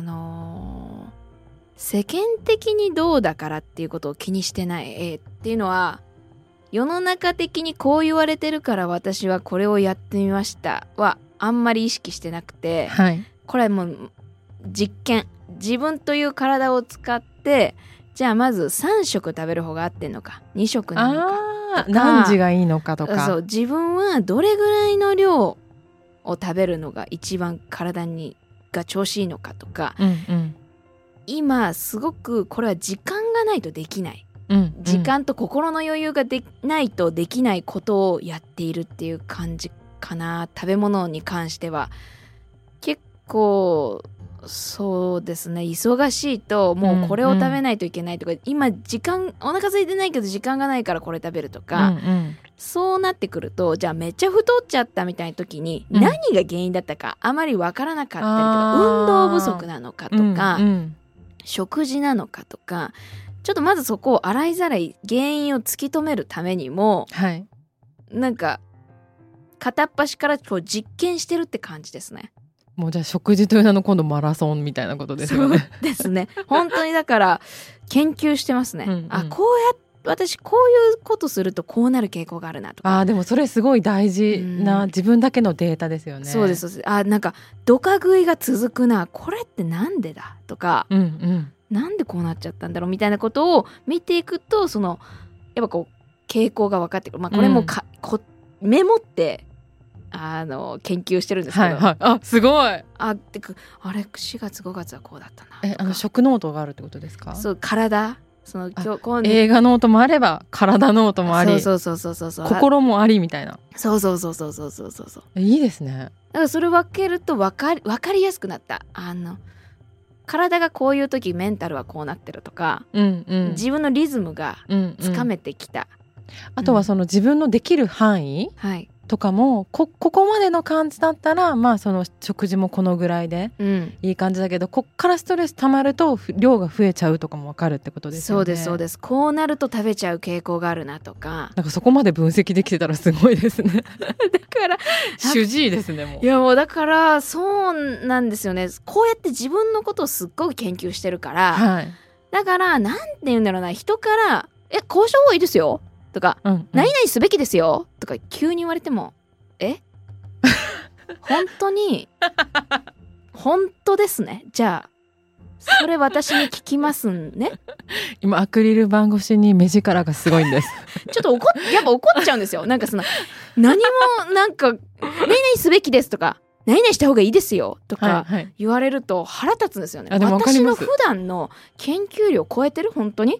世間的にどうだからっていうことを気にしてない、っていうのは世の中的にこう言われてるから私はこれをやってみましたはあんまり意識してなくて、これはもう実験、自分という体を使ってじゃあまず3食食べる方が合ってんのか2食なのかとか何時がいいのかとか、 そう自分はどれぐらいの量を食べるのが一番体が調子いいのかとか、今すごくこれは時間がないとできない、時間と心の余裕がないとできないことをやっているっていう感じかな。食べ物に関しては結構そうですね、忙しいともうこれを食べないといけないとか、今お腹空いてないけど時間がないからこれ食べるとか、そうなってくるとじゃあめっちゃ太っちゃったみたいな時に何が原因だったかあまりわからなかったりとか、運動不足なのかとか、食事なのかとか、ちょっとまずそこを洗いざらい原因を突き止めるためにも、なんか片っ端からこう実験してるって感じですね。 もうじゃあ食事という名の今度マラソンみたいなことですよね。 そうですね。本当にだから研究してますね。私こういうことするとこうなる傾向があるなとか。 でもそれすごい大事な自分だけのデータですよね。 そうです。なんかドカ食いが続くな、これってなんでだとか、なんでこうなっちゃったんだろうみたいなことを見ていくと、そのやっぱこう傾向が分かってくる。これもメモって研究してるんですけど、 すごい。 あれ4月5月はこうだったな。 食ノートがあるってことですか？ そう、体、 映画ノートもあれば体ノートもあり、 そう心もありみたいな。 そういいですね。 だからそれ分けると分かりやすくなった。体がこういう時メンタルはこうなってるとか、自分のリズムがつかめてきた。 あとはその自分のできる範囲とかも、ここまでの感じだったらその食事もこのぐらいでいい感じだけど、こっからストレス溜まると量が増えちゃうとかも分かるってことですよね。 そうです。こうなると食べちゃう傾向があるなとか、 なんかそこまで分析できてたらすごいですね。だから主治医ですね。 もうだからそうなんですよね。こうやって自分のことをすっごい研究してるから、だからなんて言うんだろうな、人からこうした方がいいですよとか、何々すべきですよとか急に言われても本当に本当ですね、じゃあそれ私に聞きますね。 今アクリル板越しに目力がすごいんです。 ちょっとやっぱ怒っちゃうんですよ。なんか何もなんか何々すべきですとか何々した方がいいですよとか言われると腹立つんですよね。私の普段の研究量超えてる本当に。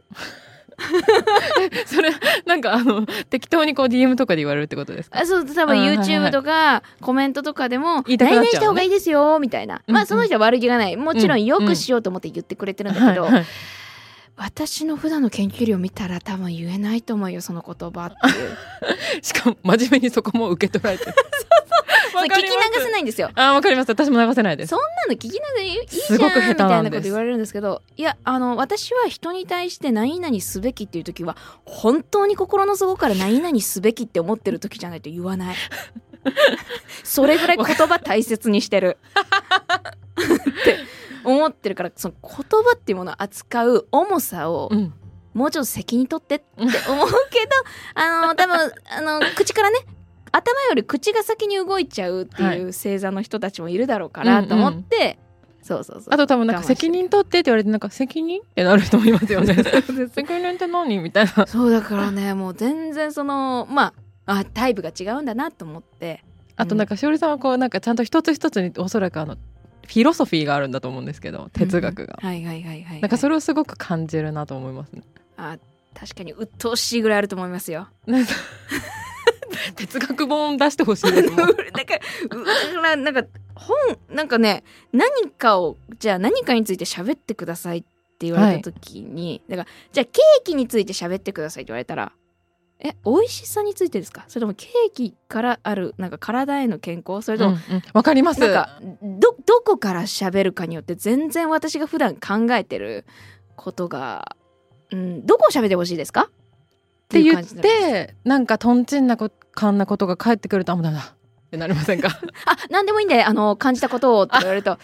それなんか適当にDM とかで言われるってことですか？そう、 多分 YouTube とかコメントとかでも何々した方がいいですよみたいな、その人は悪気がない、もちろんよくしようと思って言ってくれてるんだけど、私の普段の研究量見たら多分言えないと思うよその言葉っていう。 しかも真面目にそこも受け取られてる。 聞き流せないんですよ。 わかります。私も流せないです。 そんなの聞き流せいいじすごく下手なんですゃんみたいなこと言われるんですけど、いや私は人に対して何々すべきっていう時は本当に心の底から何々すべきって思ってる時じゃないと言わないそれぐらい言葉大切にしてるって思ってるから、その言葉っていうものを扱う重さを、もうちょっと責任取ってって思うけど多分口からね、頭より口が先に動いちゃうっていう星座の人たちもいるだろうからと思って、そうあと多分なんか責任取ってって言われて、なんか責任ってなる人もいますよね責任って何みたいな。 そうだからね、もう全然タイプが違うんだなと思って。 あとなんかしおりさんはこうなんかちゃんと一つ一つにおそらくフィロソフィーがあるんだと思うんですけど、哲学が、なんかそれをすごく感じるなと思いますね。 確かに鬱陶しいぐらいあると思いますよ哲学本出してほしいですもんなんか本なんかね、何かについて喋ってくださいって言われた時に、だからじゃあケーキについて喋ってくださいって言われたら、美味しさについてですか、それともケーキからあるなんか体への健康、それとも、 わかります。 なんかどこから喋るかによって全然私が普段考えてることが、どこを喋ってほしいですかって言って、なんかとんちんなかんなことが返ってくると、ダメだってなりませんか何でもいいんで感じたことをって言われると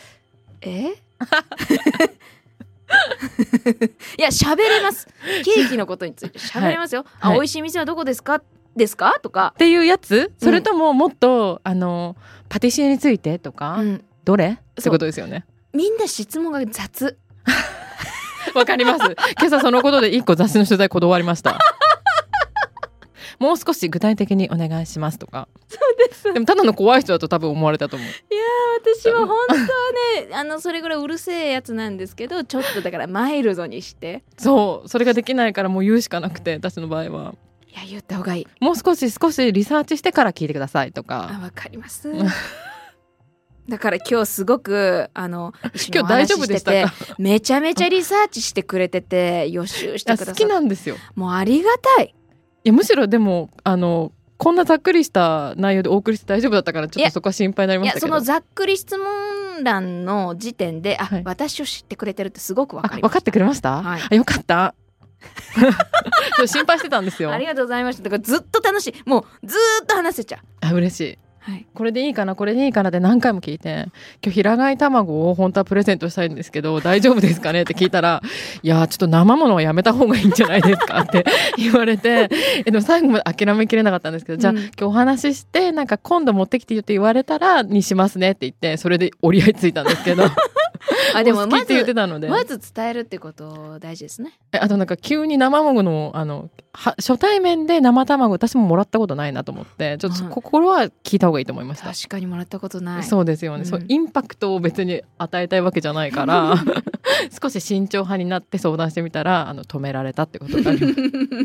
いや喋れます。ケーキのことについて喋れますよ、美味しい店はどこですかとかっていうやつ、それとももっとパティシエについてとか、どれってことですよね。 みんな質問が雑わかります。今朝そのことで1個雑誌の取材断りましたもう少し具体的にお願いしますとか。 そうです。 でもただの怖い人だと多分思われたと思う。いや私は本当はねそれぐらいうるせえやつなんですけど、ちょっとだからマイルドにして、 それができないからもう言うしかなくて、私の場合は言った方がいい。 もう少しリサーチしてから聞いてくださいとか。 わかりますだから今日すごく一緒にお話ししてて、めちゃめちゃリサーチしてくれてて予習してくださって、 好きなんですよ。 もうありがたい。 むしろでもこんなざっくりした内容でお送りして大丈夫だったから、ちょっとそこは心配になりましたけど。 そのざっくり質問欄の時点で私を知ってくれてるってすごく分かりました。 分かってくれました、よかった心配してたんですよ。 ありがとうございました。だからずっと楽しい、もうずっと話せちゃう。 嬉しい。これでいいかなこれでいいかなって何回も聞いて、今日平飼い卵を本当はプレゼントしたいんですけど大丈夫ですかねって聞いたら、いやちょっと生ものはやめた方がいいんじゃないですかって言われてでも最後まで諦めきれなかったんですけど、じゃあ今日お話ししてなんか今度持ってきてよって言われたらにしますねって言って、それで折り合いついたんですけどでもまず伝えるってこと大事ですね。 あとなんか急に生卵の初対面で生卵私ももらったことないなと思って、ちょっと心は聞いた方がいいと思いました。 確かにもらったことない。 そうですよね、そうインパクトを別に与えたいわけじゃないから少し慎重派になって相談してみたら止められたってことがあります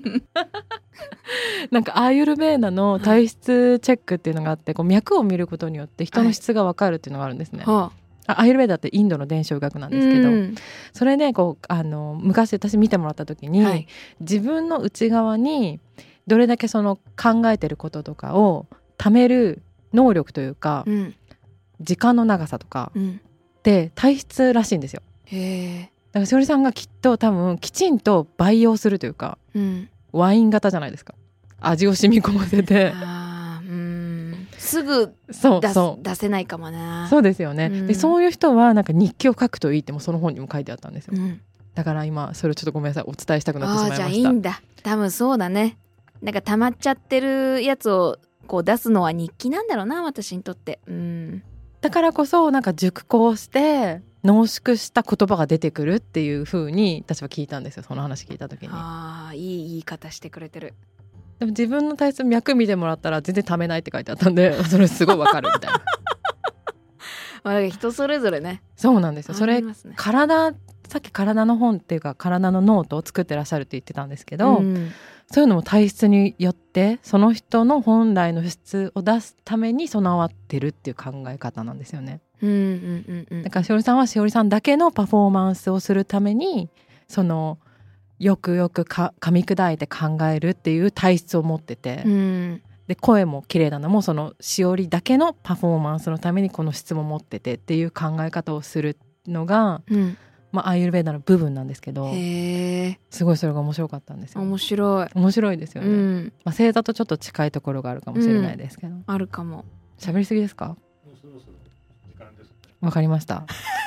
なんかアーユルベーダの体質チェックっていうのがあって、こう脈を見ることによって人の質が分かるっていうのがあるんですね。アーユルベーダってインドの伝承学なんですけど、それでこう昔私見てもらった時に、自分の内側にどれだけその考えてることとかを貯める能力というか、時間の長さとかって体質らしいんですよ。だからしおりさんがきっと多分きちんと培養するというか、ワイン型じゃないですか。味を染み込ませてすぐ出せないかもな。 そうですよね、でそういう人はなんか日記を書くといいってもその本にも書いてあったんですよ、だから今それをちょっとごめんなさいお伝えしたくなってしまいました。 じゃあいいんだ。多分そうだね。なんか溜まっちゃってるやつをこう出すのは日記なんだろうな、私にとって。 だからこそなんか熟考して濃縮した言葉が出てくるっていう風に私は聞いたんですよ、その話聞いた時に。 いい言い方してくれてる。 でも自分の体質脈見てもらったら全然ためないって書いてあったんでそれすごいわかるみたいなだから人それぞれね。 そうなんですよ。それさっき体の本っていうか体のノートを作ってらっしゃるって言ってたんですけど、そういうのも体質によってその人の本来の質を出すために備わってるっていう考え方なんですよね。だからしおりさんはしおりさんだけのパフォーマンスをするためにそのよくよく噛み砕いて考えるっていう体質を持ってて、 で声も綺麗なのもそのしおりだけのパフォーマンスのためにこの質問持っててっていう考え方をするのが、アーユルヴェーダの部分なんですけど、すごいそれが面白かったんですよ。面白いですよね、星座とちょっと近いところがあるかもしれないですけど、 あるかも。 喋りすぎですか？わかりました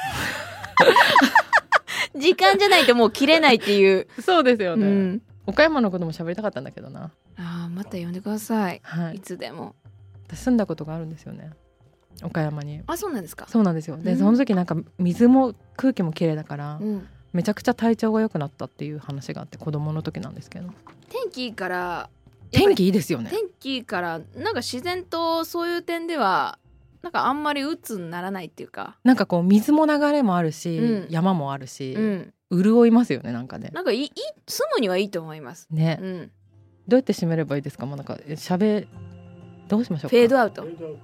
時間じゃないともう切れないっていうそうですよね、岡山のことも喋りたかったんだけどな。 また呼んでください、いつでも。 私住んだことがあるんですよね、岡山に。 そうなんですか？ そうなんですよ。で、その時なんか水も空気も綺麗だから、めちゃくちゃ体調が良くなったっていう話があって、子供の時なんですけど。 天気いいから。 天気いいですよね。 天気いいからなんか自然とそういう点ではなんかあんまり鬱にならないっていうか、 なんかこう水も流れもあるし、山もあるし、潤いますよね。なんかね、 なんか住むにはいいと思いますね、 どうやって締めればいいですか？もうなんかどうしましょうか？ フェードアウト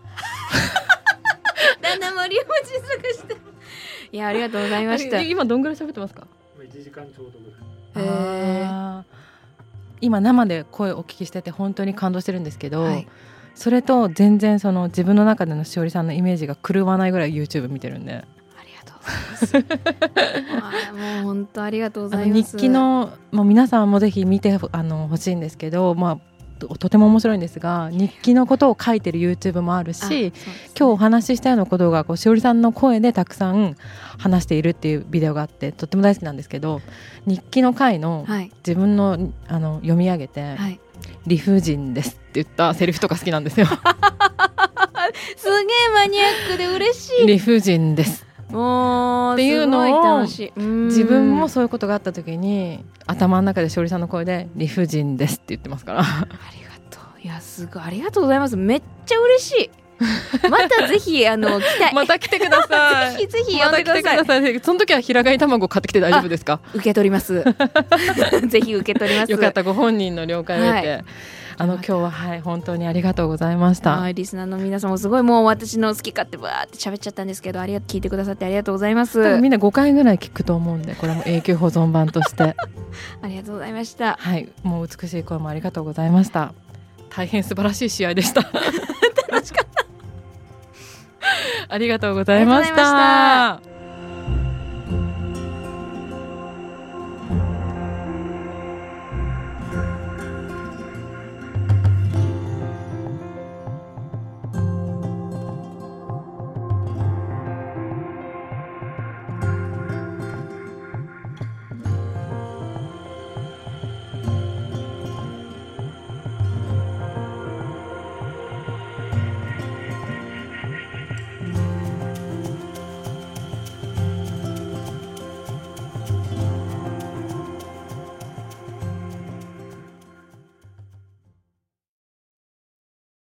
だんだん森を小さくしていや、ありがとうございました。 今どんぐらい喋ってますか ？1時間ちょうどぐらい。今生で声をお聞きしてて本当に感動してるんですけど、それと全然その自分の中でのしおりさんのイメージが狂わないぐらい YouTube 見てるんで、 ありがとうございますもう本当ありがとうございます。 日記のもう皆さんもぜひ見てほしいんですけど、とても面白いんですが、日記のことを書いてる YouTube もあるし、今日お話ししたようなことがしおりさんの声でたくさん話しているっていうビデオがあって、とっても大好きなんですけど、日記の回の自分の、読み上げて、理不尽ですって言ったセリフとか好きなんですよすげえマニアックで嬉しい。 理不尽ですもうっていうのを自分もそういうことがあった時に頭の中でしおりさんの声で理不尽ですって言ってますからありがとう。いや、すごいありがとうございます。めっちゃ嬉しいまたぜひ来たいまた来てくださいぜひ呼んでください。 その時は平飼い卵買ってきて大丈夫ですか？ 受け取りますぜひ受け取ります。 よかった、ご本人の了解を得て、今日は本当にありがとうございました。 リスナーの皆さんもすごいもう私の好き勝手バーって喋っちゃったんですけど、聞いてくださってありがとうございます。 みんな5回ぐらい聞くと思うんで、これも永久保存版としてありがとうございました。 もう美しい声もありがとうございました。大変素晴らしい試合でした楽しかったありがとうございました。